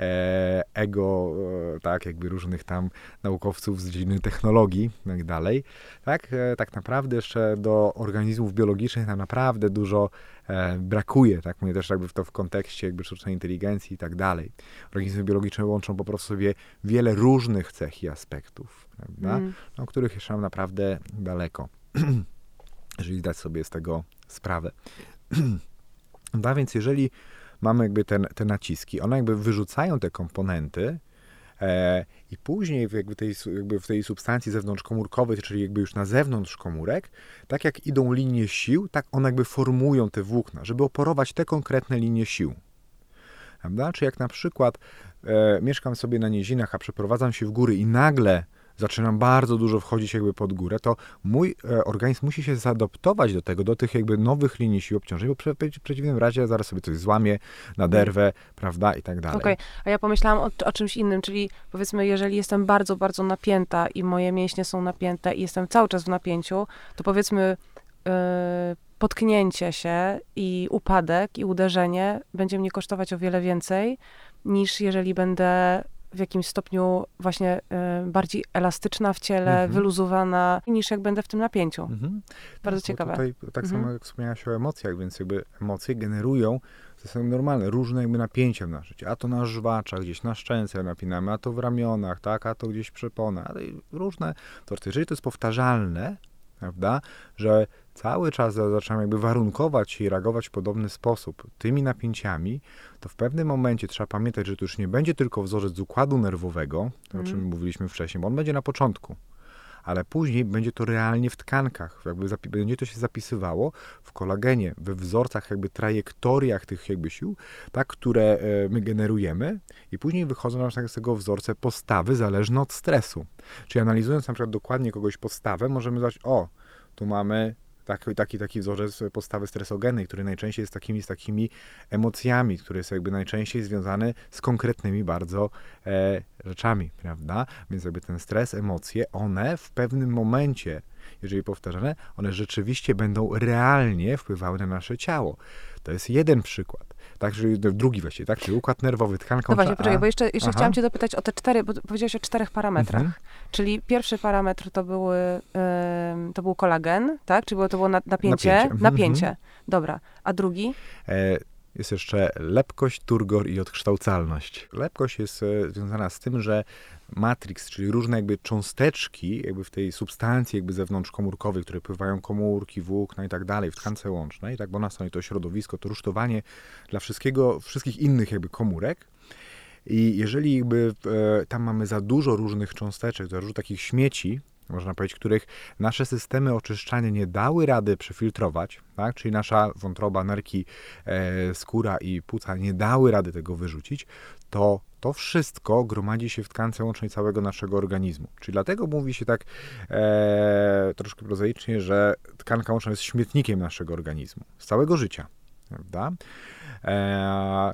ego, tak, jakby różnych tam naukowców z dziedziny technologii i tak dalej. Tak naprawdę jeszcze do organizmów biologicznych nam naprawdę dużo brakuje, tak? Mówię też jakby w kontekście jakby sztucznej inteligencji i tak dalej. Organizmy biologiczne łączą po prostu sobie wiele różnych cech i aspektów, prawda? O których jeszcze nam naprawdę daleko. Jeżeli zdać sobie z tego sprawę. No więc jeżeli mamy jakby te naciski, one jakby wyrzucają te komponenty i później jakby w tej substancji zewnątrzkomórkowej, czyli jakby już na zewnątrz komórek, tak jak idą linie sił, tak one jakby formują te włókna, żeby oporować te konkretne linie sił. Prawda? Czy jak na przykład mieszkam sobie na nizinach, a przeprowadzam się w góry i nagle zaczynam bardzo dużo wchodzić jakby pod górę, to mój organizm musi się zaadaptować do tych jakby nowych linii sił obciążeń, bo w przeciwnym razie zaraz sobie coś złamie, naderwę, prawda, i tak dalej. Okej, a ja pomyślałam o czymś innym, czyli powiedzmy, jeżeli jestem bardzo, bardzo napięta i moje mięśnie są napięte i jestem cały czas w napięciu, to powiedzmy potknięcie się i upadek i uderzenie będzie mnie kosztować o wiele więcej, niż jeżeli będę w jakimś stopniu właśnie bardziej elastyczna w ciele, wyluzowana, niż jak będę w tym napięciu. Bardzo ciekawe. Tutaj, tak samo jak wspomniałaś o emocjach, więc jakby emocje generują, to są normalne, różne jakby napięcia w naszym życiu. A to na żwaczach, gdzieś na szczęce napinamy, a to w ramionach, tak, a to gdzieś przepona, różne. To jeżeli to jest powtarzalne, prawda, że cały czas zaczynamy jakby warunkować i reagować w podobny sposób tymi napięciami, to w pewnym momencie trzeba pamiętać, że to już nie będzie tylko wzorzec z układu nerwowego, o czym mówiliśmy wcześniej, bo on będzie na początku, ale później będzie to realnie w tkankach, jakby będzie to się zapisywało w kolagenie, we wzorcach, jakby trajektoriach tych jakby sił, tak, które my generujemy i później wychodzą nam z tego wzorce postawy zależne od stresu. Czyli analizując na przykład dokładnie kogoś postawę, możemy zobaczyć, tu mamy taki wzorzec postawy stresogennej, który najczęściej jest z takimi emocjami, który jest jakby najczęściej związany z konkretnymi bardzo rzeczami, prawda? Więc jakby ten stres, emocje, one w pewnym momencie, jeżeli powtarzane, one rzeczywiście będą realnie wpływały na nasze ciało. To jest jeden przykład. Tak, czyli drugi właściwie, tak? Czyli układ nerwowy, tkanka łączna. No właśnie, poczekaj, bo jeszcze chciałam cię dopytać o te 4, bo powiedziałeś o 4 parametrach. Czyli pierwszy parametr to był kolagen, tak? Czyli to było napięcie. Dobra. A drugi? Jest jeszcze lepkość, turgor i odkształcalność. Lepkość jest związana z tym, że matrix, czyli różne jakby cząsteczki jakby w tej substancji jakby zewnątrzkomórkowej, które pływają komórki, włókna i tak dalej, w tkance łącznej, tak, bo ona stanowi to środowisko, to rusztowanie dla wszystkich innych jakby komórek. I jeżeli jakby tam mamy za dużo różnych cząsteczek, za dużo takich śmieci, można powiedzieć, których nasze systemy oczyszczania nie dały rady przefiltrować, tak? Czyli nasza wątroba, nerki, skóra i płuca nie dały rady tego wyrzucić, to wszystko gromadzi się w tkance łącznej całego naszego organizmu. Czyli dlatego mówi się tak troszkę prozaicznie, że tkanka łączna jest śmietnikiem naszego organizmu, z całego życia, prawda?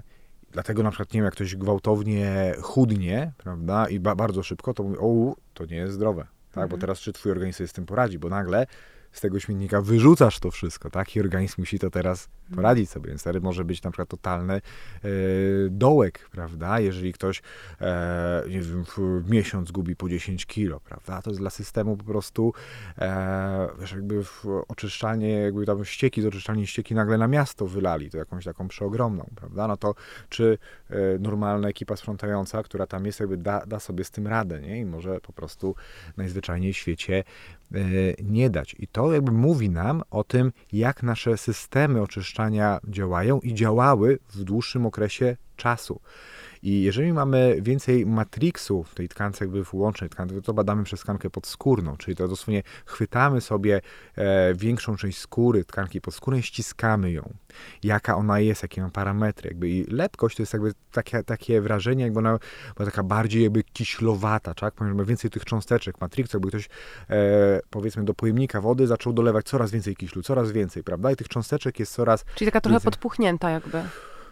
dlatego na przykład, nie wiem, jak ktoś gwałtownie chudnie, prawda, i bardzo szybko, to mówi, to nie jest zdrowe, tak, bo teraz czy twój organizm sobie z tym poradzi, bo nagle z tego śmietnika wyrzucasz to wszystko, tak? I organizm musi to teraz poradzić sobie, więc wtedy może być na przykład totalny dołek, prawda? Jeżeli ktoś, nie wiem, w miesiąc gubi po 10 kilo, prawda? To jest dla systemu po prostu, wiesz, jakby oczyszczalnie, jakby tam ścieki z oczyszczalni ścieki nagle na miasto wylali, to jakąś taką przeogromną, prawda? No to czy normalna ekipa sprzątająca, która tam jest, jakby da sobie z tym radę, nie? I może po prostu najzwyczajniej w świecie nie dać. I to jakby mówi nam o tym, jak nasze systemy oczyszczania działają i działały w dłuższym okresie czasu. I jeżeli mamy więcej matriksu w tej tkance jakby w łącznej tkance, to badamy przez tkankę podskórną, czyli to dosłownie chwytamy sobie większą część skóry, tkanki podskórnej, ściskamy ją. Jaka ona jest, jakie ma parametry. Jakby i lepkość to jest jakby takie wrażenie, jakby ona była taka bardziej jakby kiślowata, tak? Ponieważ ma więcej tych cząsteczek, matriksu, jakby ktoś powiedzmy do pojemnika wody zaczął dolewać coraz więcej kiślu, coraz więcej, prawda? I tych cząsteczek jest coraz Czyli taka trochę podpuchnięta jakby.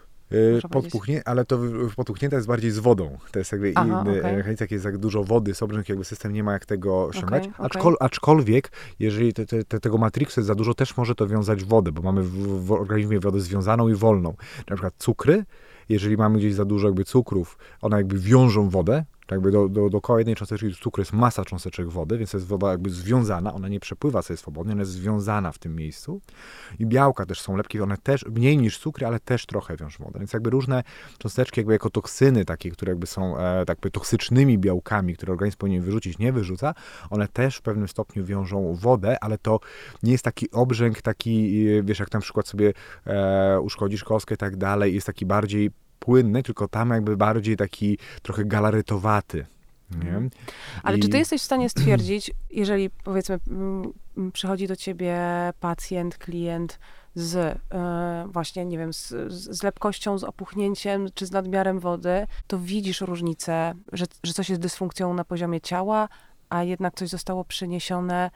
Ale to podpuchnięte jest bardziej z wodą. To jest jakby inny mechanizm, jak jest jak dużo wody, sobrzęk, jakby system nie ma jak tego ściągać. Aczkolwiek, jeżeli tego matrixu jest za dużo, też może to wiązać wodę, bo mamy w organizmie wodę związaną i wolną. Na przykład cukry, jeżeli mamy gdzieś za dużo jakby cukrów, one jakby wiążą wodę, jakby dookoła jednej cząsteczki cukru jest masa cząsteczek wody, więc to jest woda jakby związana, ona nie przepływa sobie swobodnie, ona jest związana w tym miejscu. I białka też są lepkie, one też mniej niż cukry, ale też trochę wiążą wodę. Więc jakby różne cząsteczki jakby jako toksyny takie, które jakby są jakby toksycznymi białkami, które organizm powinien wyrzucić, nie wyrzuca, one też w pewnym stopniu wiążą wodę, ale to nie jest taki obrzęk, taki, wiesz, jak na przykład sobie uszkodzisz kostkę i tak dalej, jest taki bardziej płynny, tylko tam jakby bardziej taki trochę galarytowaty. Nie? Ale czy ty jesteś w stanie stwierdzić, jeżeli powiedzmy przychodzi do ciebie pacjent, klient z właśnie, nie wiem, z lepkością, z opuchnięciem czy z nadmiarem wody, to widzisz różnicę, że coś jest dysfunkcją na poziomie ciała, a jednak coś zostało przeniesione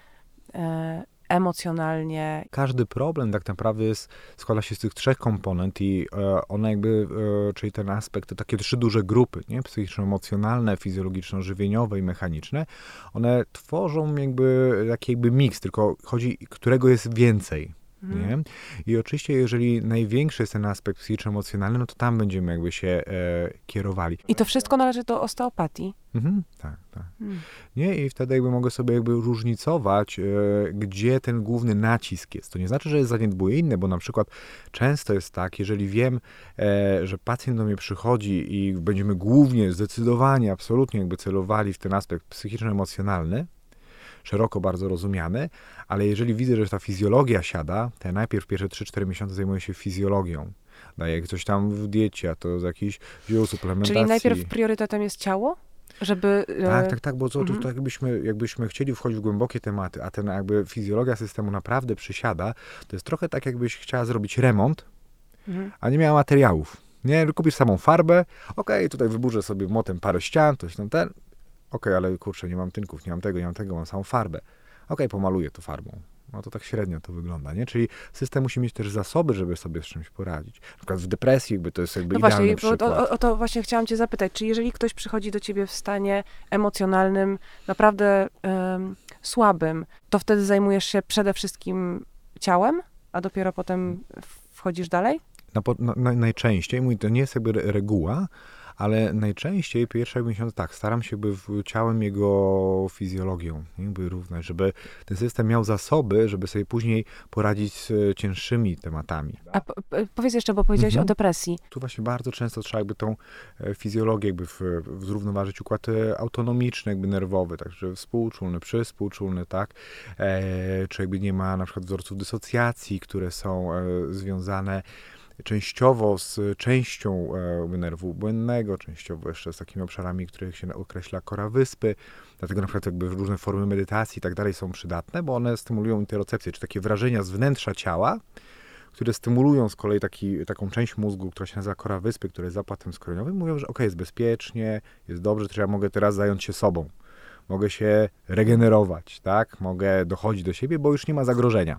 emocjonalnie. Każdy problem tak naprawdę składa się z tych trzech komponent i one jakby, czyli ten aspekt, to takie trzy duże grupy, nie? Psychiczno-emocjonalne, fizjologiczno-żywieniowe i mechaniczne, one tworzą jakby taki jakby miks, tylko chodzi, którego jest więcej. Nie? I oczywiście, jeżeli największy jest ten aspekt psychiczno-emocjonalny, no to tam będziemy jakby się kierowali. I to wszystko należy do osteopatii? Tak. Nie? I wtedy jakby mogę sobie jakby różnicować, gdzie ten główny nacisk jest. To nie znaczy, że zaniedbuję inne, bo na przykład często jest tak, jeżeli wiem, że pacjent do mnie przychodzi i będziemy głównie, zdecydowanie, absolutnie jakby celowali w ten aspekt psychiczno-emocjonalny, szeroko bardzo rozumiany, ale jeżeli widzę, że ta fizjologia siada, to ja najpierw pierwsze 3-4 miesiące zajmuję się fizjologią. Daję coś tam w diecie, a to z jakichś ziół, suplementacji. Czyli najpierw priorytetem jest ciało? Żeby... Tak, bo to jakbyśmy chcieli wchodzić w głębokie tematy, a ten jakby fizjologia systemu naprawdę przysiada, to jest trochę tak, jakbyś chciała zrobić remont, a nie miała materiałów. Nie, kupisz samą farbę, tutaj wyburzę sobie motem parę ścian, coś tam ale kurczę, nie mam tynków, nie mam tego, mam samą farbę. Pomaluję to farbą. No to tak średnio to wygląda, nie? Czyli system musi mieć też zasoby, żeby sobie z czymś poradzić. Na przykład w depresji jakby to jest jakby idealny przykład. O to właśnie chciałam cię zapytać. Czy jeżeli ktoś przychodzi do ciebie w stanie emocjonalnym, naprawdę słabym, to wtedy zajmujesz się przede wszystkim ciałem, a dopiero potem wchodzisz dalej? Najczęściej, to nie jest jakby reguła, ale najczęściej pierwsze miesiące staram się ciałem jego fizjologią jakby równać, żeby ten system miał zasoby, żeby sobie później poradzić z cięższymi tematami. A powiedz jeszcze, bo powiedziałeś o depresji. Tu właśnie bardzo często trzeba jakby tą fizjologię jakby zrównoważyć, układ autonomiczny, jakby nerwowy, także współczulny, przyspółczulny, tak? Czy jakby nie ma na przykład wzorców dysocjacji, które są związane częściowo z częścią nerwu błędnego, częściowo jeszcze z takimi obszarami, których się określa kora wyspy. Dlatego na przykład jakby różne formy medytacji i tak dalej są przydatne, bo one stymulują interocepcję, czy takie wrażenia z wnętrza ciała, które stymulują z kolei taką część mózgu, która się nazywa kora wyspy, która jest zapłatem skroniowym, mówią, że jest bezpiecznie, jest dobrze, to ja mogę teraz zająć się sobą. Mogę się regenerować, tak? Mogę dochodzić do siebie, bo już nie ma zagrożenia.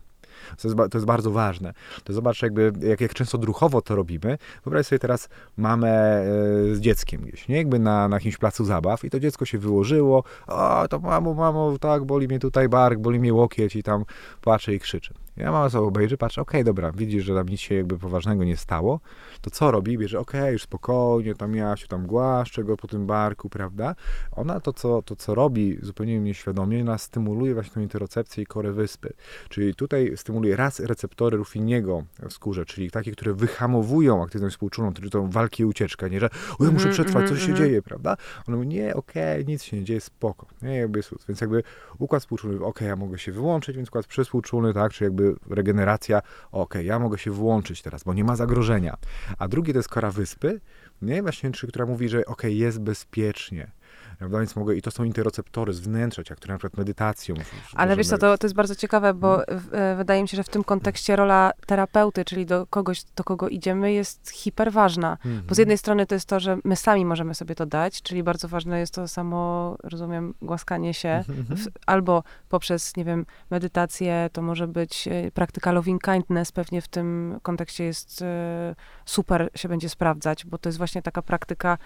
To jest bardzo ważne. To zobacz jakby, jak często odruchowo to robimy. Wyobraź sobie teraz mamę z dzieckiem gdzieś, nie? Jakby na jakimś placu zabaw i to dziecko się wyłożyło, to mamo, tak, boli mnie tutaj bark, boli mnie łokieć i tam płacze i krzyczy. Ja mama sobie obejrzy, patrzy, dobra, widzisz, że tam nic się jakby poważnego nie stało, to co robi? Bierze, już spokojnie, tam Jasiu, tam głaszczę go po tym barku, prawda? Ona to, co robi zupełnie nieświadomie, nas stymuluje właśnie tą interocepcję i korę wyspy. Czyli tutaj stymuluje raz receptory Ruffiniego w skórze, czyli takie, które wyhamowują aktywność współczulną, czyli tą walkę i ucieczkę, nie, że ja muszę przetrwać, coś się dzieje, prawda? Ona mówi, nie, nic się nie dzieje, spoko. Nie, jakby, więc jakby układ współczulny, ja mogę się wyłączyć, więc układ przyspółczulny, tak, czy jakby regeneracja, ja mogę się włączyć teraz, bo nie ma zagrożenia. A drugie to jest kora wyspy, nie? Właśnie, która mówi, że jest bezpiecznie. Prawda? Więc mogę, i to są interoceptory z wnętrza, które na przykład medytacją. Ale wiesz co, to jest bardzo ciekawe, bo wydaje mi się, że w tym kontekście rola terapeuty, czyli do kogoś, do kogo idziemy, jest hiperważna. Bo z jednej strony to jest to, że my sami możemy sobie to dać, czyli bardzo ważne jest to samo, rozumiem, głaskanie się, albo poprzez, nie wiem, medytację, to może być praktyka loving kindness, pewnie w tym kontekście jest super się będzie sprawdzać, bo to jest właśnie taka praktyka,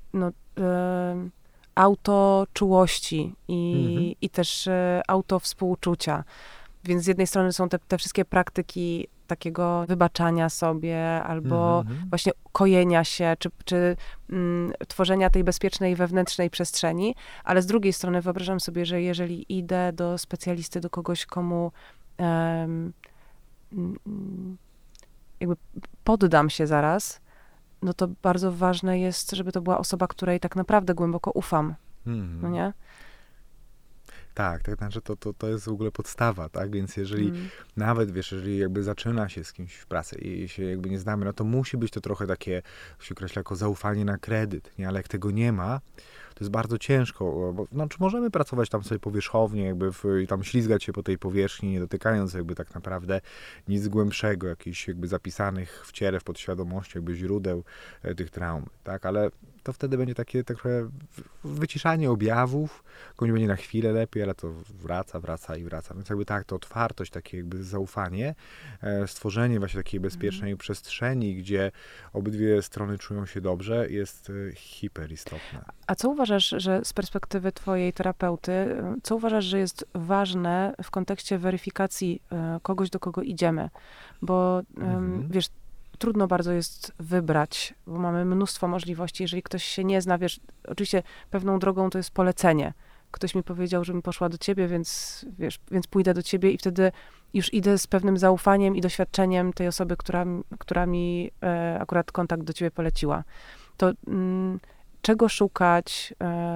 autoczułości i też autowspółczucia. Więc z jednej strony są te wszystkie praktyki takiego wybaczania sobie, albo właśnie kojenia się, czy tworzenia tej bezpiecznej wewnętrznej przestrzeni, ale z drugiej strony wyobrażam sobie, że jeżeli idę do specjalisty, do kogoś, komu jakby poddam się zaraz, no to bardzo ważne jest, żeby to była osoba, której tak naprawdę głęboko ufam. No nie? Tak, znaczy to jest w ogóle podstawa, tak? Więc jeżeli nawet, wiesz, jeżeli jakby zaczyna się z kimś w pracy i się jakby nie znamy, no to musi być to trochę takie, to się określa jako zaufanie na kredyt, nie? Ale jak tego nie ma, to jest bardzo ciężko, bo znaczy możemy pracować tam sobie powierzchownie, jakby i tam ślizgać się po tej powierzchni, nie dotykając jakby tak naprawdę nic głębszego, jakichś jakby zapisanych w ciele, w podświadomości, jakby źródeł tych traum, tak? Ale to wtedy będzie takie trochę wyciszanie objawów, komuś będzie na chwilę lepiej, ale to wraca i wraca. Więc jakby tak, to otwartość, takie jakby zaufanie, stworzenie właśnie takiej bezpiecznej przestrzeni, gdzie obydwie strony czują się dobrze, jest hiperistotne. A co uważasz, że z perspektywy twojej terapeuty, co uważasz, że jest ważne w kontekście weryfikacji kogoś, do kogo idziemy? Bo wiesz, trudno bardzo jest wybrać, bo mamy mnóstwo możliwości. Jeżeli ktoś się nie zna, wiesz, oczywiście pewną drogą to jest polecenie. Ktoś mi powiedział, żebym poszła do ciebie, więc pójdę do ciebie i wtedy już idę z pewnym zaufaniem i doświadczeniem tej osoby, która mi akurat kontakt do ciebie poleciła. To czego szukać?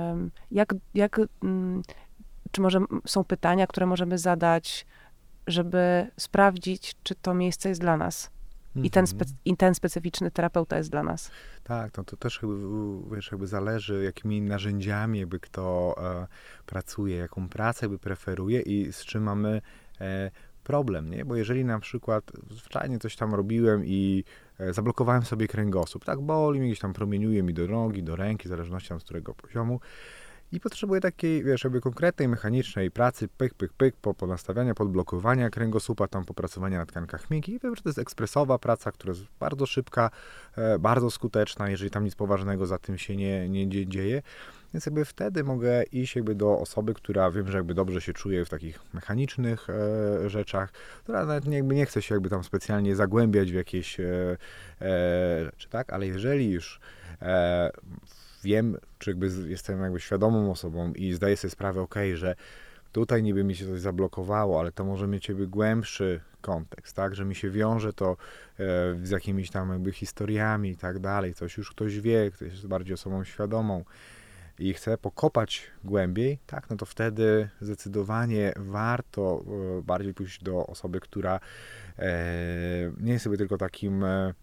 Czy może są pytania, które możemy zadać, żeby sprawdzić, czy to miejsce jest dla nas? I ten specyficzny terapeuta jest dla nas. Tak, to też wiesz, jakby zależy, jakimi narzędziami jakby kto pracuje, jaką pracę jakby preferuje i z czym mamy problem, nie? Bo jeżeli na przykład zwyczajnie coś tam robiłem i zablokowałem sobie kręgosłup, tak, boli mnie, gdzieś tam promieniuje mi do nogi, do ręki, w zależności tam z którego poziomu, i potrzebuję takiej, wiesz, jakby konkretnej, mechanicznej pracy, pyk, po nastawiania, podblokowania kręgosłupa, tam popracowania na tkankach miękkich. I wiem, że to jest ekspresowa praca, która jest bardzo szybka, bardzo skuteczna, jeżeli tam nic poważnego za tym się nie dzieje. Więc jakby wtedy mogę iść jakby do osoby, która wiem, że jakby dobrze się czuje w takich mechanicznych rzeczach, która nawet nie chce się jakby tam specjalnie zagłębiać w jakieś rzeczy, tak? Ale jeżeli już wiem, czy jakby jestem jakby świadomą osobą i zdaję sobie sprawę, że tutaj niby mi się coś zablokowało, ale to może mieć jakby głębszy kontekst, tak, że mi się wiąże to z jakimiś tam jakby historiami i tak dalej, coś już ktoś wie, ktoś jest bardziej osobą świadomą i chce pokopać głębiej, tak, no to wtedy zdecydowanie warto bardziej pójść do osoby, która nie jest sobie tylko takim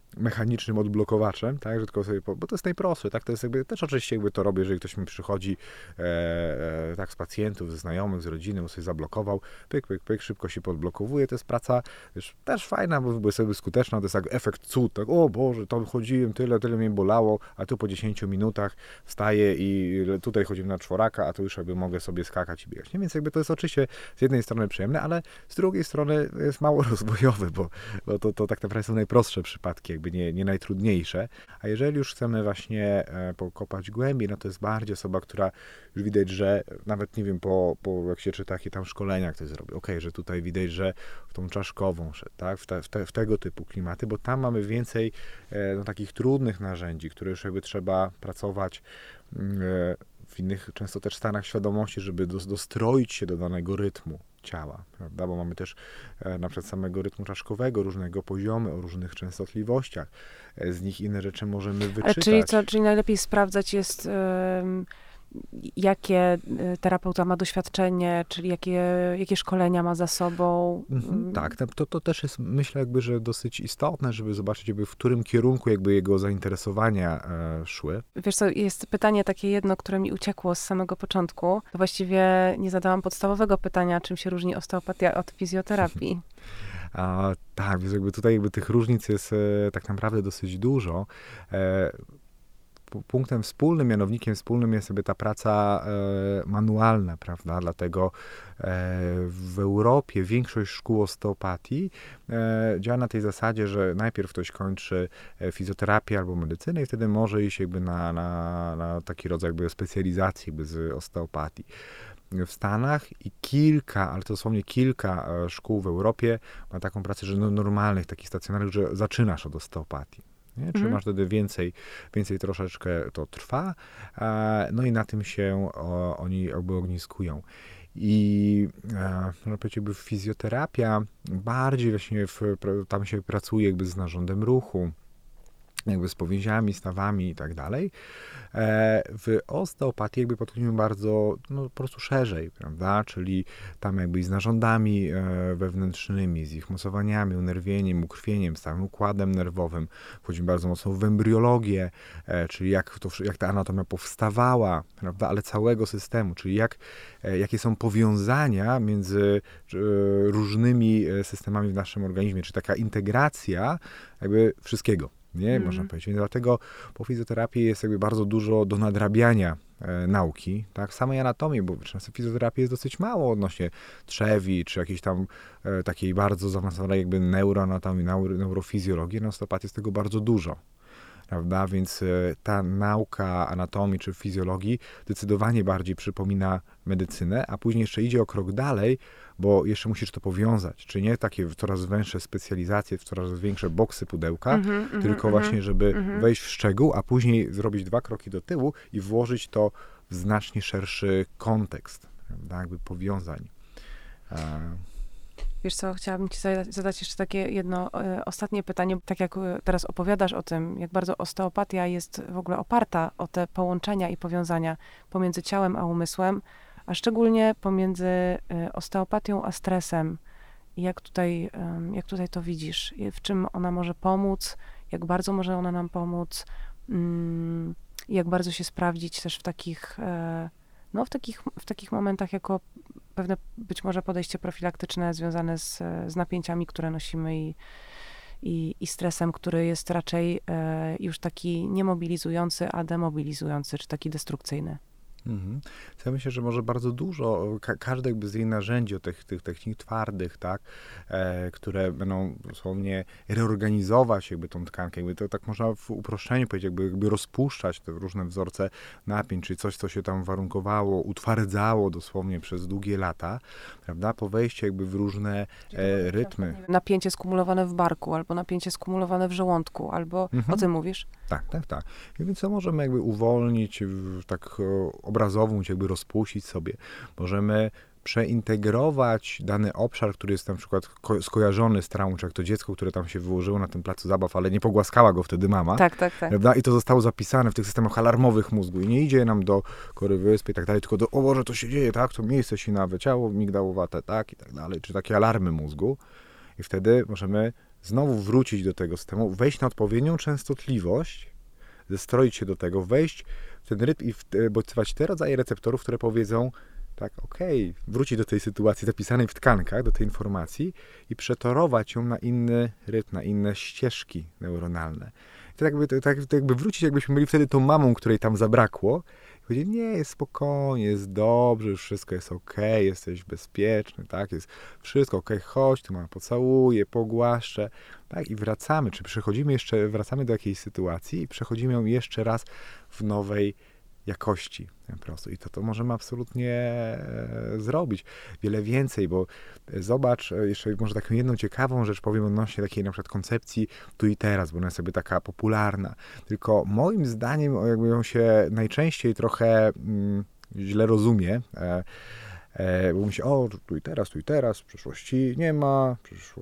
mechanicznym odblokowaczem, tak, że tylko sobie, bo to jest najprostsze, tak, to jest jakby, też oczywiście jakby to robię, jeżeli ktoś mi przychodzi tak z pacjentów, ze znajomych, z rodziny, bo sobie zablokował, pyk, pyk, pyk, szybko się podblokowuje, to jest praca już też fajna, bo jest jakby skuteczna, to jest jak efekt cud, tak, o Boże, tam chodziłem, tyle mnie bolało, a tu po 10 minutach wstaję i tutaj chodzimy na czworaka, a tu już jakby mogę sobie skakać i biegać, nie? Więc jakby to jest oczywiście z jednej strony przyjemne, ale z drugiej strony jest mało rozwojowe, bo to tak naprawdę są najprostsze przypadki, jakby nie najtrudniejsze. A jeżeli już chcemy właśnie pokopać głębiej, no to jest bardziej osoba, która już widać, że nawet nie wiem, jak się czyta takie tam szkolenia, ktoś zrobi, że tutaj widać, że w tą czaszkową szedł, tak? w tego typu klimaty, bo tam mamy więcej takich trudnych narzędzi, które już jakby trzeba pracować w innych często też stanach świadomości, żeby dostroić się do danego rytmu ciała, prawda? Bo mamy też na przykład samego rytmu czaszkowego, różnego poziomy, o różnych częstotliwościach. Z nich inne rzeczy możemy wyczytać. Czyli najlepiej sprawdzać jest, jakie terapeuta ma doświadczenie, czyli jakie szkolenia ma za sobą. Tak, to też jest, myślę, jakby, że dosyć istotne, żeby zobaczyć, jakby w którym kierunku jakby jego zainteresowania szły. Wiesz co, jest pytanie takie jedno, które mi uciekło z samego początku. To właściwie nie zadałam podstawowego pytania, czym się różni osteopatia od fizjoterapii. Tak, więc jakby tutaj jakby tych różnic jest tak naprawdę dosyć dużo. Punktem wspólnym, mianownikiem wspólnym jest sobie ta praca manualna, prawda? Dlatego w Europie większość szkół osteopatii działa na tej zasadzie, że najpierw ktoś kończy fizjoterapię albo medycynę i wtedy może iść jakby na taki rodzaj jakby specjalizacji jakby z osteopatii. W Stanach i ale to dosłownie kilka szkół w Europie ma taką pracę, że normalnych, takich stacjonarnych, że zaczynasz od osteopatii. Nie? Czyli masz wtedy więcej troszeczkę to trwa, no i na tym się oni jakby ogniskują. I można powiedzieć, jakby fizjoterapia bardziej właśnie tam się pracuje jakby z narządem ruchu, jakby z powięziami, stawami i tak dalej. W osteopatii jakby podchodzimy bardzo, po prostu szerzej, prawda? Czyli tam jakby z narządami wewnętrznymi, z ich mocowaniami, unerwieniem, ukrwieniem, z całym układem nerwowym. Wchodzimy bardzo mocno w embryologię, czyli jak ta anatomia powstawała, prawda? Ale całego systemu, czyli jakie są powiązania między różnymi systemami w naszym organizmie, czy taka integracja jakby wszystkiego. Nie, można powiedzieć. Więc dlatego po fizjoterapii jest jakby bardzo dużo do nadrabiania nauki, tak, samej anatomii, bo często fizjoterapii jest dosyć mało odnośnie trzewi, czy jakiejś tam takiej bardzo zaawansowanej jakby neuroanatomii, neurofizjologii, na osteopatii jest tego bardzo dużo. Prawda? Więc ta nauka anatomii czy fizjologii zdecydowanie bardziej przypomina medycynę, a później jeszcze idzie o krok dalej, bo jeszcze musisz to powiązać. Czyli nie takie coraz węższe specjalizacje, coraz większe boksy pudełka, tylko właśnie, żeby wejść w szczegół, a później zrobić 2 kroki do tyłu i włożyć to w znacznie szerszy kontekst, prawda? Jakby powiązań. Wiesz co, chciałabym ci zadać jeszcze takie jedno ostatnie pytanie. Tak jak teraz opowiadasz o tym, jak bardzo osteopatia jest w ogóle oparta o te połączenia i powiązania pomiędzy ciałem a umysłem, a szczególnie pomiędzy osteopatią a stresem. I jak tutaj to widzisz? W czym ona może pomóc? Jak bardzo może ona nam pomóc? Jak bardzo się sprawdzić też w takich momentach jako pewne być może podejście profilaktyczne związane z napięciami, które nosimy i stresem, który jest raczej już taki nie mobilizujący, a demobilizujący, czy taki destrukcyjny. Ja myślę, że może bardzo dużo, każde jakby z jej narzędzi, tych technik twardych, tak, które będą dosłownie reorganizować jakby tą tkankę, jakby to tak można w uproszczeniu powiedzieć, jakby rozpuszczać te różne wzorce napięć, czyli coś, co się tam warunkowało, utwardzało dosłownie przez długie lata, prawda, po wejściu jakby w różne rytmy. Napięcie skumulowane w barku, albo napięcie skumulowane w żołądku, albo o tym mówisz? Tak. I więc co możemy jakby uwolnić, tak obrazowo jakby rozpuścić sobie. Możemy przeintegrować dany obszar, który jest na przykład skojarzony z traumą, czy jak to dziecko, które tam się wyłożyło na tym placu zabaw, ale nie pogłaskała go wtedy mama. Tak. Prawda? I to zostało zapisane w tych systemach alarmowych mózgu i nie idzie nam do kory wyspy i tak dalej, tylko o Boże, to się dzieje, tak? To miejsce sinawe, ciało migdałowate, tak? I tak dalej, czy takie alarmy mózgu. I wtedy możemy znowu wrócić do tego systemu, wejść na odpowiednią częstotliwość, zestroić się do tego, wejść w ten rytm i bodźcować te rodzaje receptorów, które powiedzą, tak, wrócić do tej sytuacji zapisanej w tkankach, do tej informacji i przetorować ją na inny rytm, na inne ścieżki neuronalne. I to jakby wrócić, jakbyśmy byli wtedy tą mamą, której tam zabrakło, i powiedzieć, nie, jest spokojnie, jest dobrze, już wszystko jest okej, jesteś bezpieczny, tak, jest wszystko okej, chodź, tu mama pocałuje, pogłaszczę, tak, i wracamy, wracamy do jakiejś sytuacji i przechodzimy ją jeszcze raz w nowej jakości po prostu. I to możemy absolutnie zrobić. Wiele więcej, bo zobacz, jeszcze może taką jedną ciekawą rzecz powiem odnośnie takiej na przykład koncepcji tu i teraz, bo ona jest sobie taka popularna. Tylko moim zdaniem jakby ją się najczęściej trochę źle rozumie. Bo mówi się, tu i teraz, przyszłości nie ma,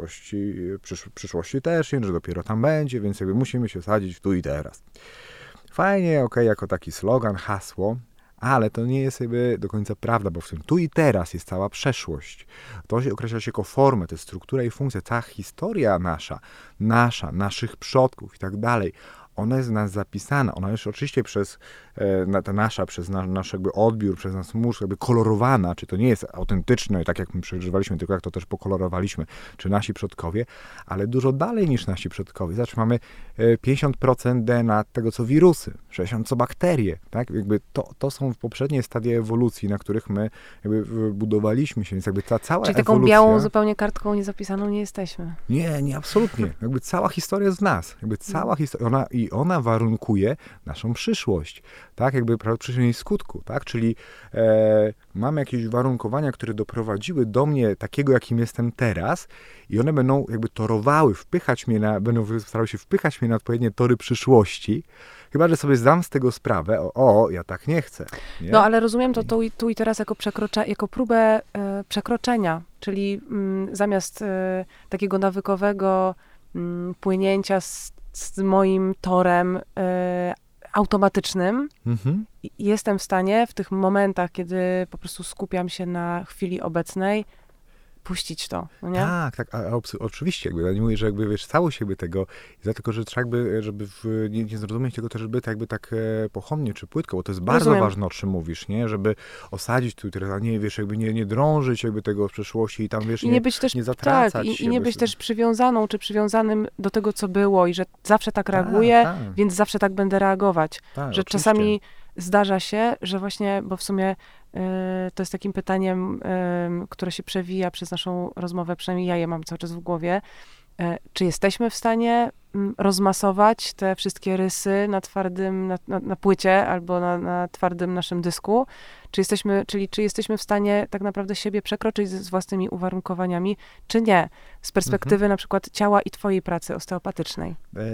przyszłości też nie, że dopiero tam będzie, więc jakby musimy się sadzić w tu i teraz. Fajnie, jako taki slogan, hasło, ale to nie jest jakby do końca prawda, bo w tym tu i teraz jest cała przeszłość. To się określa się jako formę, to jest struktura i funkcja, cała historia naszych przodków i tak dalej. Ona jest w nas zapisana, ona jest oczywiście przez nasz jakby odbiór, przez nasz mózg jakby kolorowana, czy to nie jest autentyczne, tak jak my przeżywaliśmy, tylko jak to też pokolorowaliśmy, czy nasi przodkowie, ale dużo dalej niż nasi przodkowie. Zobacz, mamy 50% DNA tego, co wirusy, 60% co bakterie, tak? Jakby to są poprzednie stadia ewolucji, na których my jakby budowaliśmy się, więc jakby ta cała Czyli taką ewolucja, białą zupełnie kartką niezapisaną nie jesteśmy. Nie, absolutnie. Jakby cała historia jest z nas. Jakby cała historia, ona warunkuje naszą przyszłość, tak, jakby przyczyny i skutku, tak, czyli mamy jakieś warunkowania, które doprowadziły do mnie takiego, jakim jestem teraz i one będą jakby torowały, będą starały się wpychać mnie na odpowiednie tory przyszłości, chyba że sobie zdam z tego sprawę, ja tak nie chcę. Nie? No, ale rozumiem to tu i teraz jako próbę przekroczenia, czyli zamiast takiego nawykowego płynięcia z moim torem automatycznym, jestem w stanie w tych momentach, kiedy po prostu skupiam się na chwili obecnej, puścić to, no nie? Tak, oczywiście, jakby, ja nie mówię, że jakby, wiesz, całość jakby tego, dlatego, że trzeba jakby, żeby nie zrozumieć tego też, żeby jakby tak pochopnie czy płytko, bo to jest bardzo ważne, o czym mówisz, nie? Żeby osadzić tu teraz, a nie, wiesz, jakby nie drążyć jakby tego w przeszłości i tam, wiesz, nie być też, nie zatracać tak, i nie być też przywiązaną, czy przywiązanym do tego, co było i że zawsze tak reaguję, więc zawsze tak będę reagować. Że oczywiście. czasami zdarza się, że właśnie, bo w sumie to jest takim pytaniem, które się przewija przez naszą rozmowę, przynajmniej ja je mam cały czas w głowie, czy jesteśmy w stanie rozmasować te wszystkie rysy na twardym, na płycie albo na twardym naszym dysku, czy jesteśmy w stanie tak naprawdę siebie przekroczyć z własnymi uwarunkowaniami, czy nie, z perspektywy na przykład ciała i twojej pracy osteopatycznej.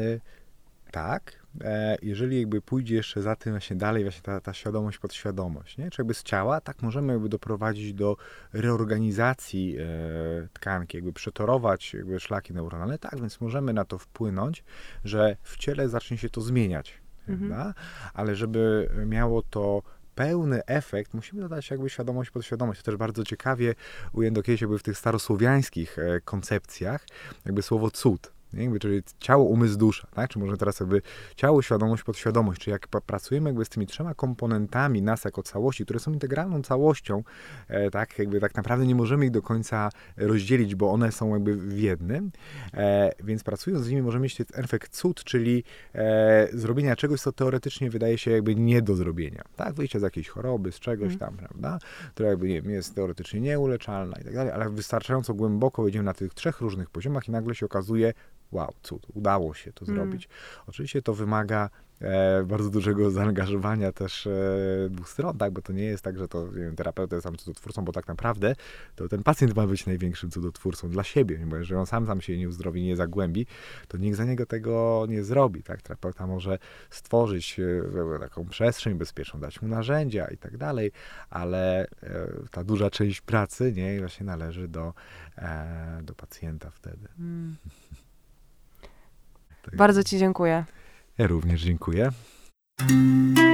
Tak, jeżeli jakby pójdzie jeszcze za tym właśnie dalej właśnie ta świadomość, podświadomość, nie? Czy jakby z ciała, tak możemy jakby doprowadzić do reorganizacji tkanki, jakby przetorować jakby szlaki neuronalne, tak, więc możemy na to wpłynąć, że w ciele zacznie się to zmieniać, prawda? Ale żeby miało to pełny efekt, musimy dodać jakby świadomość, podświadomość. To też bardzo ciekawie ujęto kiedyś jakby w tych starosłowiańskich koncepcjach, jakby słowo cud. Jakby, czyli ciało, umysł, dusza, tak? Czy może teraz jakby ciało, świadomość, podświadomość, czyli jak pracujemy jakby z tymi trzema komponentami nas jako całości, które są integralną całością, tak? Jakby tak naprawdę nie możemy ich do końca rozdzielić, bo one są jakby w jednym, więc pracując z nimi możemy mieć ten efekt cud, czyli zrobienia czegoś, co teoretycznie wydaje się jakby nie do zrobienia, tak? Wyjście z jakiejś choroby, z czegoś tam, prawda? Która jakby nie jest teoretycznie nieuleczalna i tak dalej, ale wystarczająco głęboko wejdziemy na tych trzech różnych poziomach i nagle się okazuje, wow, cud, udało się to zrobić. Oczywiście to wymaga bardzo dużego zaangażowania też dwóch stron, tak, bo to nie jest tak, że to, nie wiem, terapeuta jest sam cudotwórcą, bo tak naprawdę to ten pacjent ma być największym cudotwórcą dla siebie, bo jeżeli on sam się nie uzdrowi, nie zagłębi, to nikt za niego tego nie zrobi, tak. Terapeuta może stworzyć taką przestrzeń bezpieczną, dać mu narzędzia i tak dalej, ale ta duża część pracy, nie, właśnie należy do pacjenta wtedy. Bardzo ci dziękuję. Ja również dziękuję.